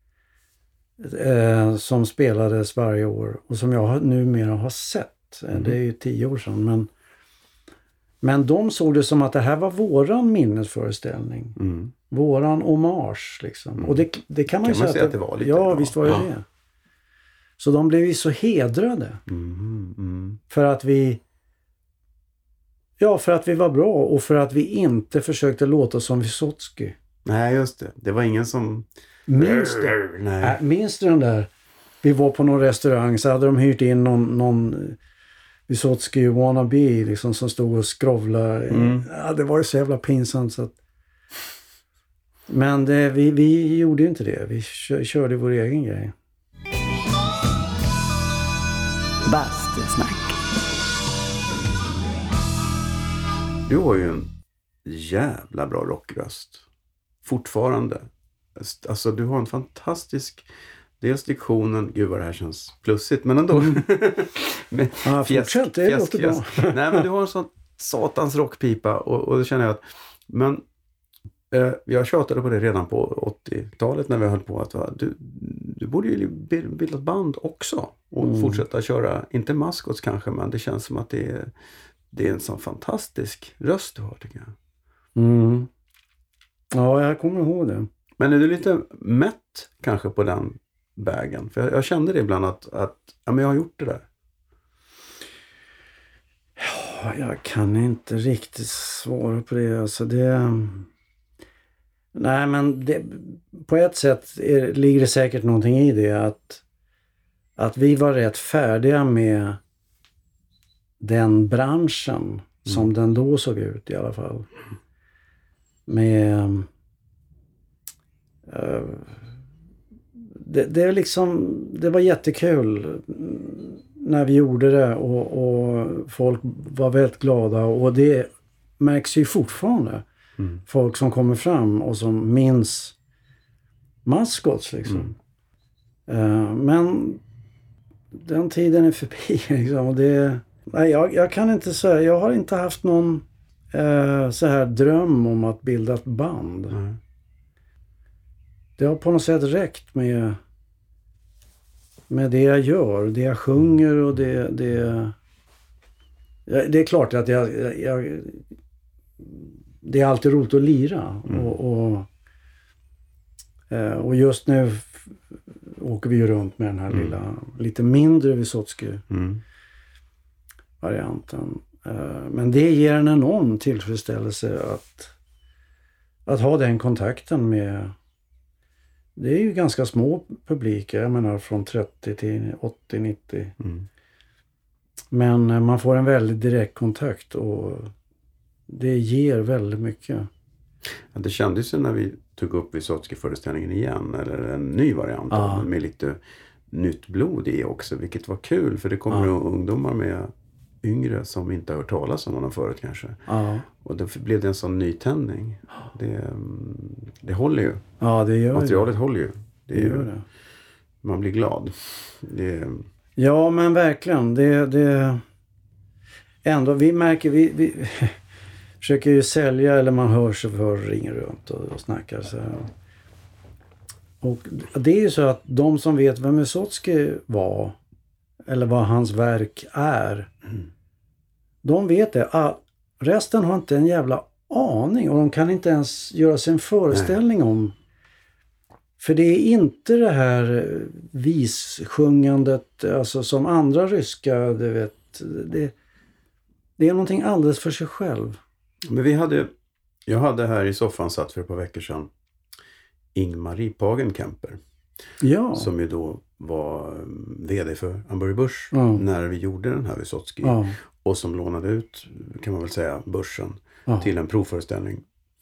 eh, som spelades varje år och som jag numera har sett. Mm. Det är ju tio år sedan, men Men de såg det som att det här var våran minnesföreställning. Mm. Våran hommage liksom. Mm. Och det, det kan man kan ju man säga att det var lite ja, bra. Visst var det ja. det. Så de blev ju så hedrade. Mm. Mm. För att vi Ja, för att vi var bra och för att vi inte försökte låta som Vysotsky. Nej, just det. Det var ingen som minns du? Nej. Äh, minns du den där? Vi var på någon restaurang så hade de hyrt in någon, någon Vysotsky wannabe liksom, som stod och skrovlade. Mm. Ja, det var ju så jävla pinsamt så att... Men det, vi, vi gjorde ju inte det. Vi kör, körde vår egen grej. Bastusnack. Du har ju en jävla bra rockröst. Fortfarande. Alltså du har en fantastisk... Dels diktionen, gud vad det här känns plussigt, men ändå. Mm. men, ja, fjäsk, fortsätt, det fjäsk, låter bra. Nej, men du har en sån satans rockpipa och, och då känner jag att, men eh, jag tjatade på det redan på åttiotalet när vi höll på att va, du, du borde ju bilda ett band också och mm. fortsätta köra, inte Maskots kanske, men det känns som att det är, det är en sån fantastisk röst du har, tycker jag. Mm. Ja, jag kommer ihåg det. Men är du lite mätt kanske på den vägen? För jag, jag kände det ibland att, att ja, men jag har gjort det där. Ja, jag kan inte riktigt svara på det. Alltså det... Nej, men det, på ett sätt är, ligger det säkert någonting i det. Att, att vi var rätt färdiga med den branschen mm. som den då såg ut i alla fall. Med... Uh, det, det är liksom... Det var jättekul när vi gjorde det och, och folk var väldigt glada och det märks ju fortfarande. Mm. Folk som kommer fram och som minns Maskots liksom. Mm. Uh, men den tiden är förbi liksom, och det, nej, jag, jag kan inte säga, jag har inte haft någon uh, så här dröm om att bilda ett band. Mm. Det har på något sätt räckt med med det jag gör, det jag sjunger och det det, det är klart att jag, jag, jag det är alltid roligt att lira mm. och, och och just nu f- åker vi ju runt med den här mm. lilla lite mindre Vysotsky mm. varianten, men det ger en enorm tillfredsställelse att att ha den kontakten med. Det är ju ganska små publiker, jag menar från trettio till åttio nittio. Mm. Men man får en väldigt direkt kontakt och det ger väldigt mycket. Ja, det kändes ju när vi tog upp Vysotsky-föreställningen igen, eller en ny variant ja. med lite nytt blod i också, vilket var kul för det kommer ja. ungdomar med yngre som inte har hört talas om honom förut kanske. Ja. Och då blev det en sån nytändning. Det, det håller ju. Ja, det gör Materialet det. håller ju. Det, det gör det. Man blir glad. Det... Ja, men verkligen. Det, det... Ändå, vi märker, vi, vi försöker ju sälja, eller man hör sig för, ringer runt och, och snackar så här. Och det är ju så att de som vet vem Vysotsky var, eller vad hans verk är, mm. de vet det. Ah, resten har inte en jävla aning och de kan inte ens göra sig en föreställning Nej. om. För det är inte det här vissjungandet alltså som andra ryska, du vet, det, det är någonting alldeles för sig själv. Men vi hade, jag hade här i soffan satt för ett par veckor sedan Ingmar Pagen-Kemper. Ja. Som ju då var vd för Hamburger Börs mm. när vi gjorde den här Vysotsky. Ja. Och som lånade ut, kan man väl säga, börsen ja. till en provföreställning.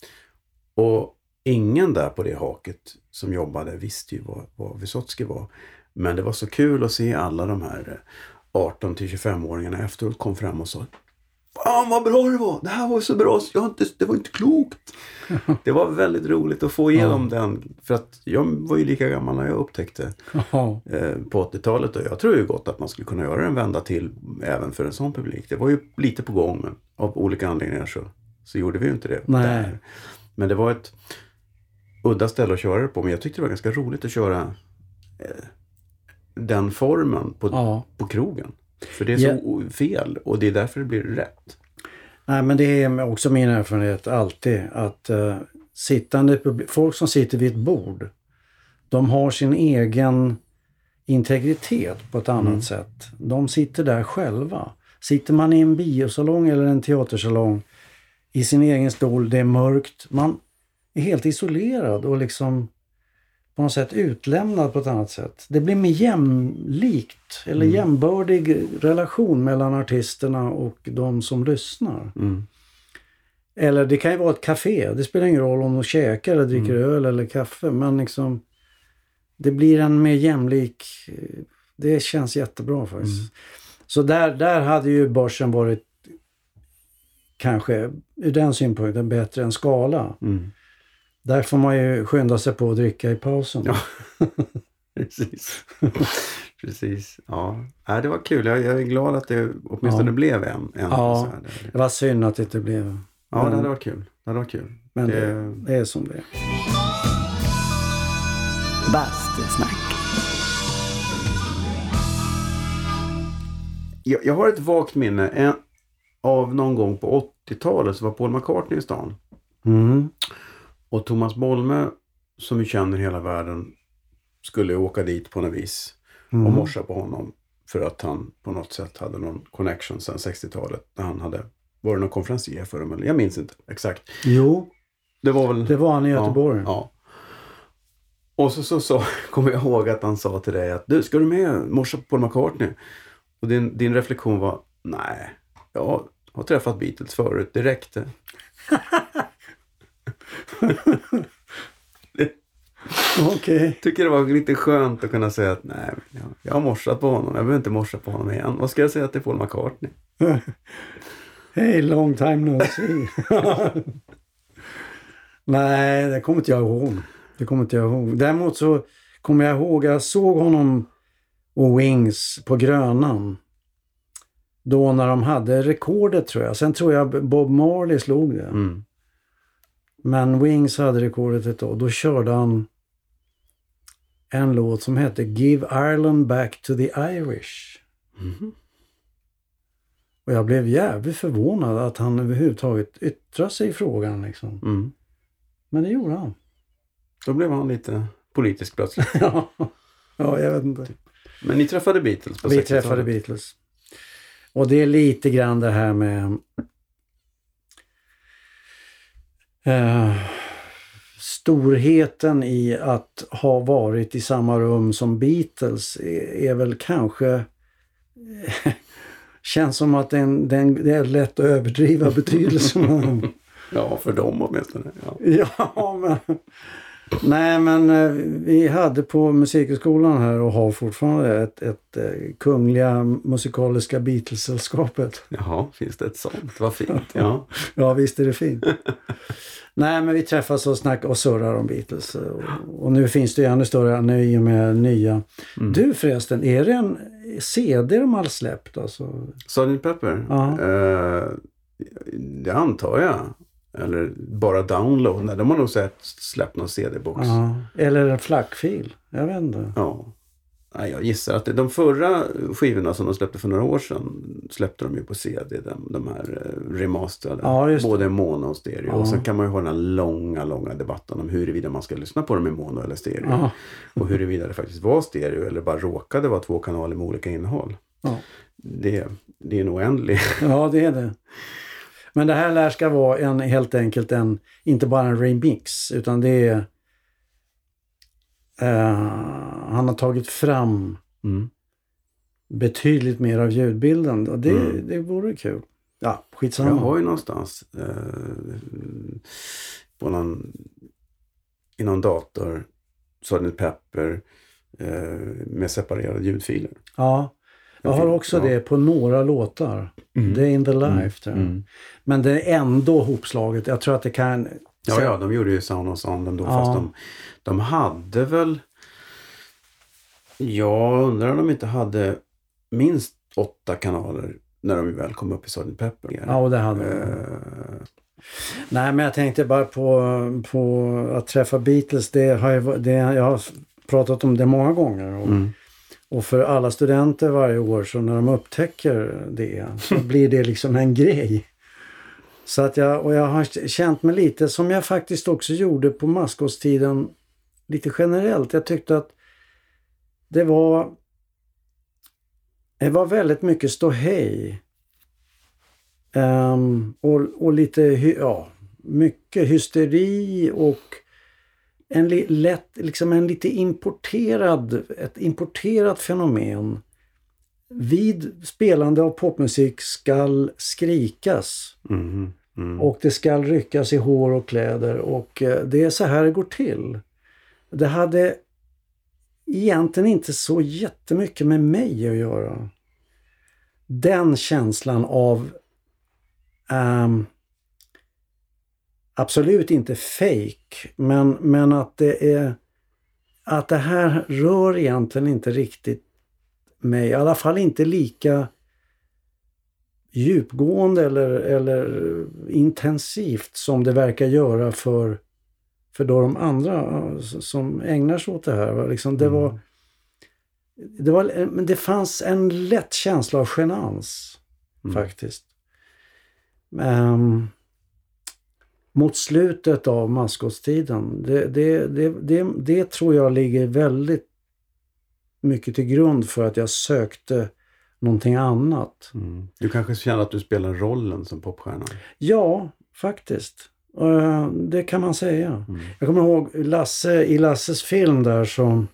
Och ingen där på det haket som jobbade visste ju vad, vad Vysotsky var. Men det var så kul att se alla de här arton till tjugofem-åringarna efteråt kom fram och sa: fan vad bra det var, det här var så bra, jag inte, det var inte klokt. Det var väldigt roligt att få igenom ja. den, för att jag var ju lika gammal när jag upptäckte ja. eh, på åttiotalet, och jag tror ju gott att man skulle kunna göra en vända till även för en sån publik. Det var ju lite på gång, men av olika anledningar så, så gjorde vi ju inte det. Nej. Där. Men det var ett udda ställe att köra det på, men jag tyckte det var ganska roligt att köra eh, den formen på, ja. på krogen. För det är så yeah. fel, och det är därför det blir rätt. Nej, men det är också min erfarenhet alltid att uh, sittande publik, folk som sitter vid ett bord, de har sin egen integritet på ett annat mm. sätt. De sitter där själva. Sitter man i en biosalong eller en teatersalong i sin egen stol, det är mörkt, man är helt isolerad och liksom på något sätt utlämnad på ett annat sätt. Det blir mer jämlikt eller mm. jämbördig relation mellan artisterna och de som lyssnar. Mm. Eller det kan ju vara ett café. Det spelar ingen roll om de käkar eller dricker mm. öl eller kaffe. Men liksom det blir en mer jämlik. Det känns jättebra faktiskt. Mm. Så där, där hade ju börsen varit kanske ur den synpunkten bättre än Skala. Mm. Där får man ju skynda sig på att dricka i pausen. Ja, precis. Precis, ja. ja. Det var kul. Jag, jag är glad att det åtminstone ja. blev en. en ja, det var synd att det inte blev. Ja, det hade varit kul. det var kul. Men det, det... det är som det är. Bastusnack. Jag, jag har ett vagt minne en, av någon gång på åttiotalet så var Paul McCartney i stan. Mm. Och Thomas Bolme, som vi känner hela världen, skulle åka dit på något vis Mm. och morsa på honom för att han på något sätt hade någon connection sedan sextiotalet när han hade varit någon konferencier för dem. Eller jag minns inte exakt. Jo, Det var väl... det var han i Göteborg. Ja, ja. Och så, så, så kommer jag ihåg att han sa till dig att du, ska du med morsa på Paul McCartney? Och din, din reflektion var, nej, jag har träffat Beatles förut, det räckte. Okej. Okay. Tycker det var lite skönt att kunna säga att nej, jag, jag har morsat på honom, jag behöver inte morsa på honom igen. Vad ska jag säga till Paul McCartney? Hey, long time no see. Nej, det kommer inte jag ihåg. Det kommer inte jag ihåg. Däremot så kommer jag ihåg, jag såg honom och Wings på Grönan. Då när de hade rekordet tror jag. Sen tror jag Bob Marley slog det. Mm. Men Wings hade rekordet ett år. Då körde han en låt som hette Give Ireland Back to the Irish. Mm. Och jag blev jävligt förvånad att han överhuvudtaget yttrade sig i frågan liksom. Mm. Men det gjorde han. Då blev han lite politisk plötsligt. ja. ja, jag vet inte. Men ni träffade Beatles på Vi sextiotalet. träffade Beatles. Och det är lite grann det här med uh, storheten i att ha varit i samma rum som Beatles är, är väl kanske känns som att den, den, det är lätt att överdriva betydelsen. Ja, för dem åtminstone. Ja, ja men nej, men eh, vi hade på musikhögskolan här och har fortfarande ett, ett eh, kungliga musikaliska Beatles-sällskapet. Jaha, finns det ett sånt? Vad fint, ja. Ja, visst är det fint. Nej, men vi träffas och snackar och surrar om Beatles. Och, och nu finns det ju ännu större nu med nya. Mm. Du förresten, är det en C D de har släppt? Alltså? sergeant Pepper? Ja. Uh, det antar jag. Eller bara download. Nej, de har nog sett släppt någon C D-box. Ja. Eller en flackfil. Jag vet inte. Ja. Nej, jag gissar att det, de förra skivorna som de släppte för några år sedan släppte de ju på C D. De, de här remasterade. Ja, både mono och stereo. Ja. Och sen kan man ju ha den här långa, långa debatten om huruvida man ska lyssna på dem i mono eller stereo. Ja. Och huruvida det faktiskt var stereo eller bara råkade vara två kanaler med olika innehåll. Ja. Det, det är en oändlig. Ja, det är det. Men det här lär ska vara en, helt enkelt en, inte bara en remix, utan det är uh, han har tagit fram mm. betydligt mer av ljudbilden och det, mm. det vore kul. Ja, skitsamma. Jag har ju någonstans eh, på någon, i någon dator sergeant Pepper eh, med separerade ljudfiler. Ja. Jag har också ja. det på några låtar. Mm. Day in the Life. Mm. Mm. Men det är ändå hopslaget. Jag tror att det kan... Ja, ja, de gjorde ju Sound of Sound ändå. Ja. Fast de, de hade väl... Jag undrar om de inte hade minst åtta kanaler när de väl kom upp i sergeant Pepper. Ja, och det hade de. Uh... Nej, men jag tänkte bara på, på att träffa Beatles. Det har jag, det, jag har pratat om det många gånger. Och, mm. Och för alla studenter varje år så när de upptäcker det så blir det liksom en grej. Så att jag, och jag har känt mig lite som jag faktiskt också gjorde på maskotstiden lite generellt. Jag tyckte att det var det var väldigt mycket ståhej. Um, och, och lite, ja, mycket hysteri och en li, lätt, liksom en lite importerad, ett importerat fenomen. Vid spelande av popmusik skall skrikas. Mm, mm. Och det skall ryckas i hår och kläder. Och eh, det är så här det går till. Det hade egentligen inte så jättemycket med mig att göra. Den känslan av um, absolut inte fake, men, men att det är att det här rör egentligen inte riktigt mig, i alla fall inte lika djupgående eller, eller intensivt som det verkar göra för, för då de andra som ägnar sig åt det här. Liksom det, var, det, var, men det fanns en lätt känsla av genans mm. faktiskt. Um, mot slutet av maskotstiden, det, det, det, det, det tror jag ligger väldigt mycket till grund för att jag sökte någonting annat. Mm. Du kanske känner att du spelar rollen som popstjärna? Ja, faktiskt. Uh, det kan man säga. Mm. Jag kommer ihåg Lasse, i Lasses film där så,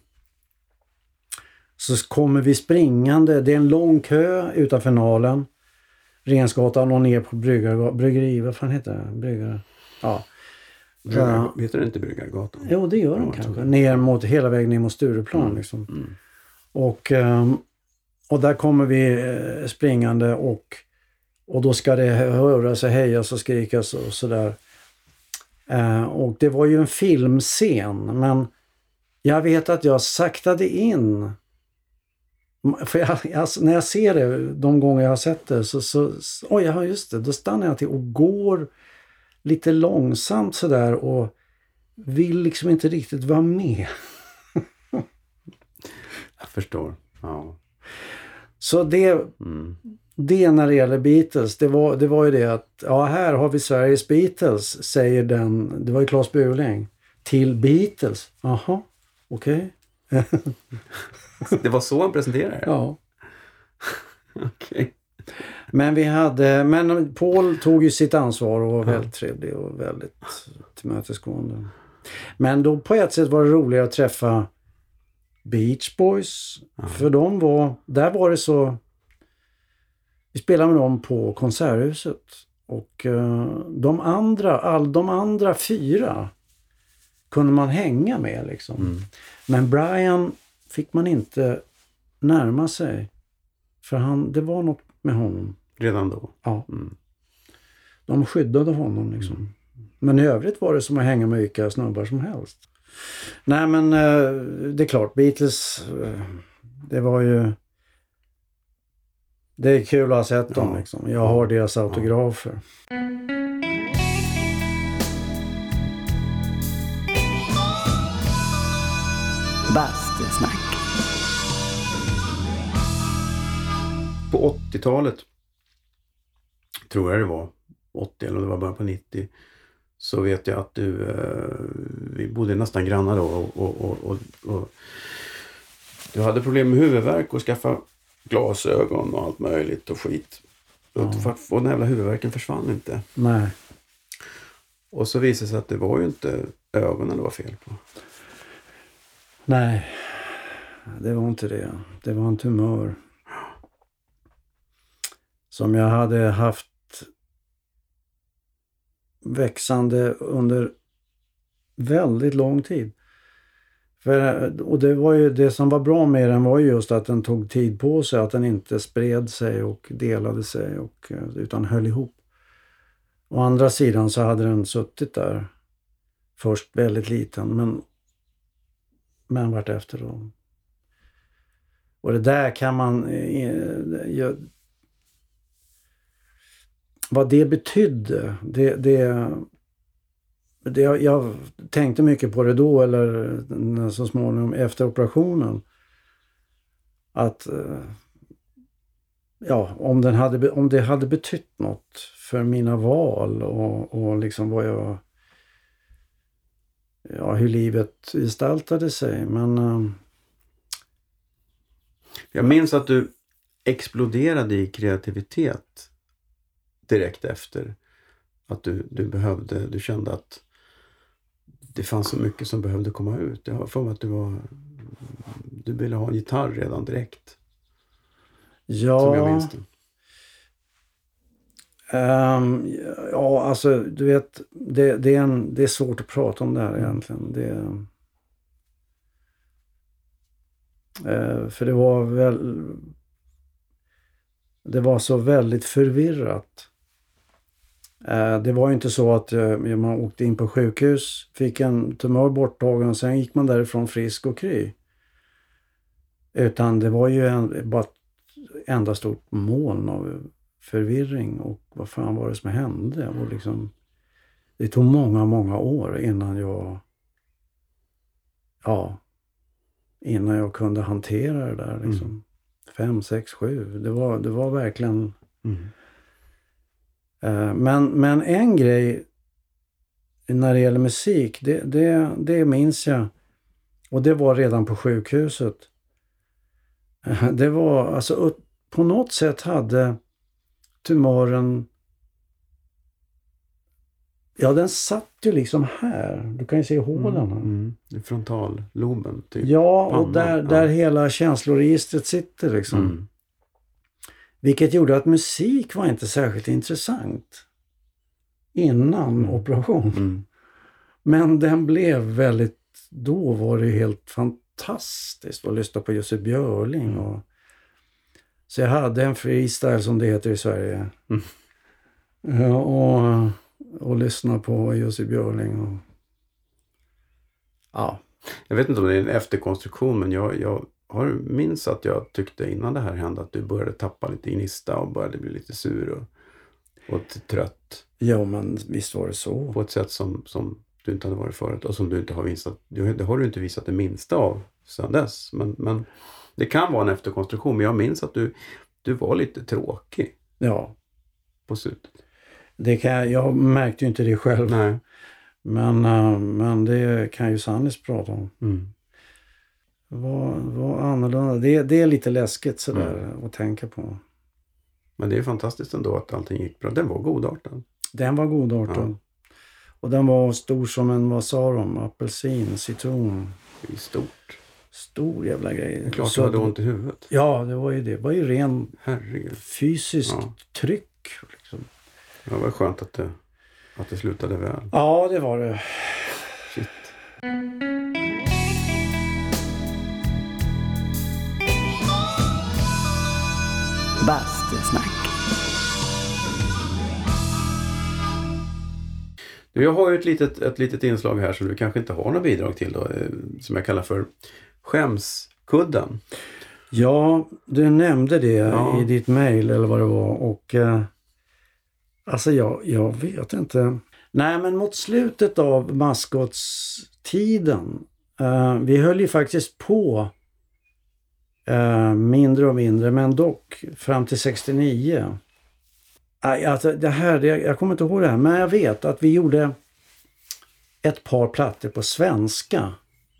så kommer vi springande. Det är en lång kö utanför Nalen. Rensgatan och ner på bryggar, bryggeri. Vad fan heter det? Bryggare. Ja. Bryggar, uh, heter det inte Bryggargatan? Jo, det gör de kanske. Ner mot, hela vägen ner mot Stureplan mm. liksom. Mm. Och, um, och där kommer vi springande och, och då ska det höra sig hejas och skrikas och sådär. Uh, och det var ju en filmscen, men jag vet att jag saktade in. För jag, alltså, när jag ser det, de gånger jag har sett det, så, så oj, ja just det, då stannar jag till och går lite långsamt sådär och vill liksom inte riktigt vara med. Jag förstår. Ja. Så det, mm. det när det gäller Beatles, det var, det var ju det att ja, här har vi Sveriges Beatles, säger den, det var ju Claes Burling, till Beatles. Jaha, okej. Okay. Det var så han presenterade? Ja. Okej. Okay. Men vi hade, men Paul tog ju sitt ansvar och var ja. väldigt trevlig och väldigt tillmötesgående. Men då på ett sätt var det roligare att träffa Beach Boys. Ja. För de var, där var det så, vi spelade med dem på Konserthuset. Och uh, de andra, all de andra fyra kunde man hänga med liksom. Mm. Men Brian fick man inte närma sig. För han, det var något med honom. Redan då? Ja. Mm. De skyddade honom liksom. Mm. Men i övrigt var det som att hänga med vilka snubbar som helst. Nej men det är klart, Beatles, det var ju, det är kul att ha sett dem liksom. Jag har deras autografer. Bastusnack. På åttiotalet, tror jag det var, åttio eller det var början på nittio, så vet jag att du, eh, vi bodde nästan grannar då och, och, och, och, och du hade problem med huvudvärk och skaffa glasögon och allt möjligt och skit. Ja. Och, för, och den jävla huvudvärken försvann inte. Nej. Och så visade det sig att det var ju inte ögonen det var fel på. Nej, det var inte det. Det var en tumör. Som jag hade haft växande under väldigt lång tid. För, och det var ju det som var bra med den var ju just att den tog tid på sig, att den inte spred sig och delade sig och, utan höll ihop. Å andra sidan så hade den suttit där först väldigt liten, men men vart efter då. Och det där kan man eh, vad det betydde, det, det, det jag tänkte mycket på det då eller så småningom efter operationen, att ja, om, den hade, om det hade betytt något för mina val och, och liksom vad jag, ja, hur livet gestaltade sig, men jag minns att du exploderade i kreativitet direkt efter att du, du behövde, du kände att det fanns så mycket som behövde komma ut. Jag har för mig att du var, du ville ha en gitarr redan direkt. Ja. Som jag minns det. Um, ja, alltså du vet, det, det, är en, det är svårt att prata om det här egentligen. Det, uh, för det var väl, det var så väldigt förvirrat. Uh, det var ju inte så att uh, man åkte in på sjukhus, fick en tumör borttagen och sen gick man därifrån frisk och kry. Utan det var ju en, bara ett enda stort moln av förvirring och vad fan var det som hände? Och liksom, det tog många, många år innan jag ja, innan jag kunde hantera det där liksom. Mm. Fem, sex, sju. Det var, det var verkligen mm. uh, men, men en grej när det gäller musik, det, det, det minns jag. Och det var redan på sjukhuset. Uh, det var alltså på något sätt hade tumören, ja, den satt ju liksom här. Du kan ju se hålen här. Mm, mm. Frontalloben typ. Ja, och pannan, där, där ja. Hela känsloregistret sitter liksom. Mm. Vilket gjorde att musik var inte särskilt intressant innan mm. operation. Mm. Men den blev väldigt, då var det helt fantastiskt att lyssna på Jussi Björling. Och, så jag hade en freestyle som det heter i Sverige. Mm. Ja, och... och lyssna på Jussi Björling och ja. Jag vet inte om det är en efterkonstruktion, men jag, jag har minns att jag tyckte innan det här hände att du började tappa lite gnista och började bli lite sur och, och trött. Ja, men visst var det så. På ett sätt som, som du inte hade varit förut och som du inte har visat. Det har du inte visat det minsta av sedan dess. Men, men det kan vara en efterkonstruktion, men jag minns att du, du var lite tråkig. Ja. På slutet. Det kan jag, jag märkte ju inte det själv. Nej. Men, uh, men det kan ju Sannis prata om. Mm. Vad, vad annorlunda. Det, det är lite läskigt sådär mm. att tänka på. Men det är fantastiskt ändå att allting gick bra. Den var godartad. Den var godartad. Ja. Och den var stor som en, vad sa de? Apelsin, citron. Det är stort. Stor jävla grej. Det är klart så, du hade ont i huvudet. Ja, det var ju det. Det var ju ren Herregud. Fysiskt ja. Tryck liksom. Ja, det var skönt att det, att det slutade väl. Ja, det var det. Shit. Bastusnack. Jag har ju ett litet, ett litet inslag här som du kanske inte har några bidrag till då, som jag kallar för skämskudden. Ja, du nämnde det ja. I ditt mejl eller vad det var och eh, alltså jag, jag vet inte. Nej, men mot slutet av maskotstiden eh, vi höll ju faktiskt på eh, mindre och mindre, men dock fram till sextionio. Alltså det här, det, jag kommer inte ihåg det här, men jag vet att vi gjorde ett par plattor på svenska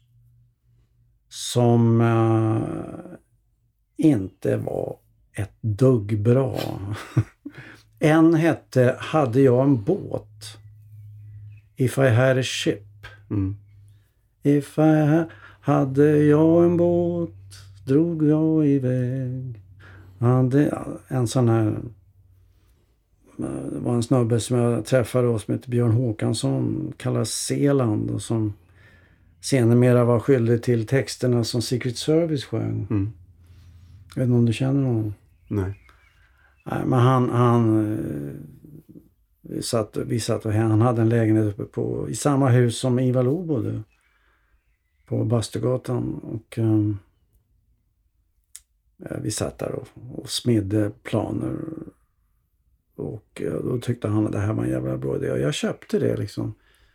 som uh, inte var ett dugg bra. En hette Hade jag en båt? If I had a ship. Mm. If I ha- hade jag en båt drog jag iväg. Hade en sån här. Det var en snubbe som jag träffade och som heter Björn Håkansson, kallas Seland, och som senare var skyldig till texterna som Secret Service sjöng. Mm. Jag vet inte om du känner honom? Nej. Nej, men han, han vi satt, vi satt och han hade en lägenhet uppe på, i samma hus som Ivar Lo bodde på Bastugatan, och um, vi satt där och, och smidde planer. Och då tyckte han att det här var en jävla bra idé. Och jag köpte det liksom.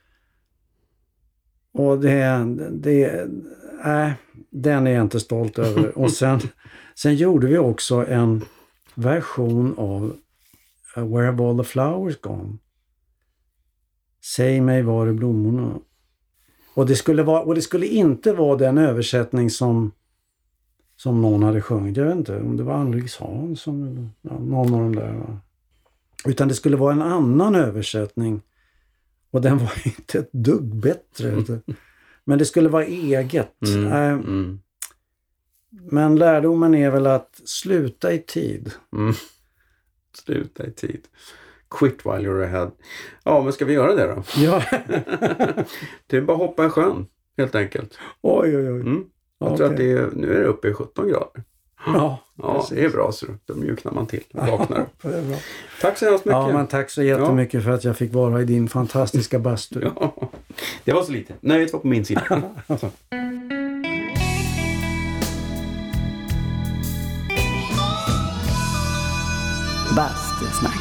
Och det, det, nej, den är jag inte stolt över. Och sen, sen gjorde vi också en version av Where Have All The Flowers Gone? Säg mig var är blommorna? Och det skulle vara, och det skulle inte vara den översättning som som någon hade sjungit. Jag vet inte om det var Ann-Louise Hansson eller ja, någon av dem där, va? Utan det skulle vara en annan översättning. Och den var inte ett dugg bättre. Mm. Men det skulle vara eget. Mm. Äh, mm. Men lärdomen är väl att sluta i tid. Mm. Sluta i tid. Quit while you're ahead. Ja, men ska vi göra det då? Ja. Det är bara hoppa en sjön, helt enkelt. Oj, oj, oj. Mm. Jag okay. tror att det är, nu är det uppe i sjutton grader. Ja, ja det är bra, så då mjuknar man till och vaknar. Ja, det är bra. Tack så hemskt mycket. Ja, men tack så jättemycket ja. För att jag fick vara i din fantastiska bastu. Ja, det var så lite. Nöjet var på min sida. Alltså. Bast. Bastusnack.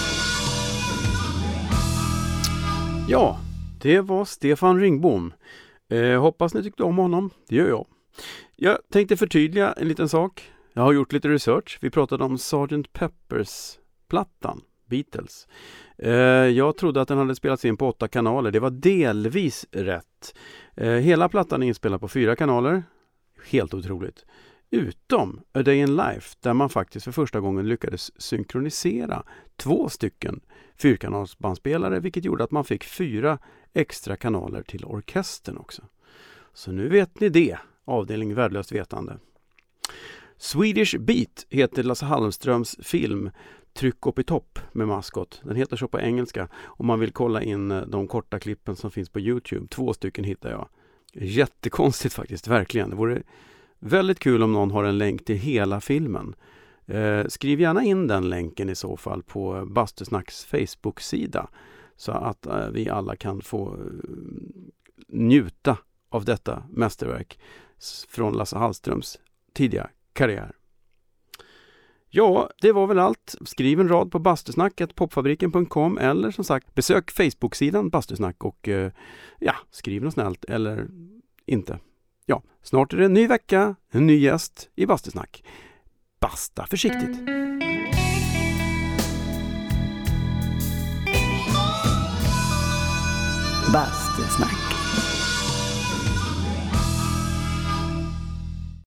Ja, det var Stefan Ringbom. Eh, hoppas ni tyckte om honom. Det gör jag. Jag tänkte förtydliga en liten sak. Jag har gjort lite research. Vi pratade om sergeant Peppers-plattan, Beatles. Eh, jag trodde att den hade spelats in på åtta kanaler. Det var delvis rätt. Eh, hela plattan är inspelad på fyra kanaler. Helt otroligt. Utom A Day in Life, där man faktiskt för första gången lyckades synkronisera två stycken fyrkanalsbandspelare, vilket gjorde att man fick fyra extra kanaler till orkestern också. Så nu vet ni det, avdelning värdelöst vetande. Swedish Beat heter Lasse Hallströms film Tryck upp i topp med maskot. Den heter så på engelska. Om man vill kolla in de korta klippen som finns på YouTube. Två stycken hittar jag. Jättekonstigt faktiskt, verkligen. Det vore väldigt kul om någon har en länk till hela filmen. Eh, skriv gärna in den länken i så fall på Bastusnacks Facebook-sida. Så att eh, vi alla kan få eh, njuta av detta mästerverk från Lasse Hallströms tidiga karriär. Ja, det var väl allt. Skriv en rad på bastusnacket popfabriken punkt com eller som sagt besök Facebook-sidan Bastusnack och eh, ja, skriv något snällt eller inte. Ja, snart är det en ny vecka, en ny gäst i Bastusnack. Basta försiktigt! Bastusnack.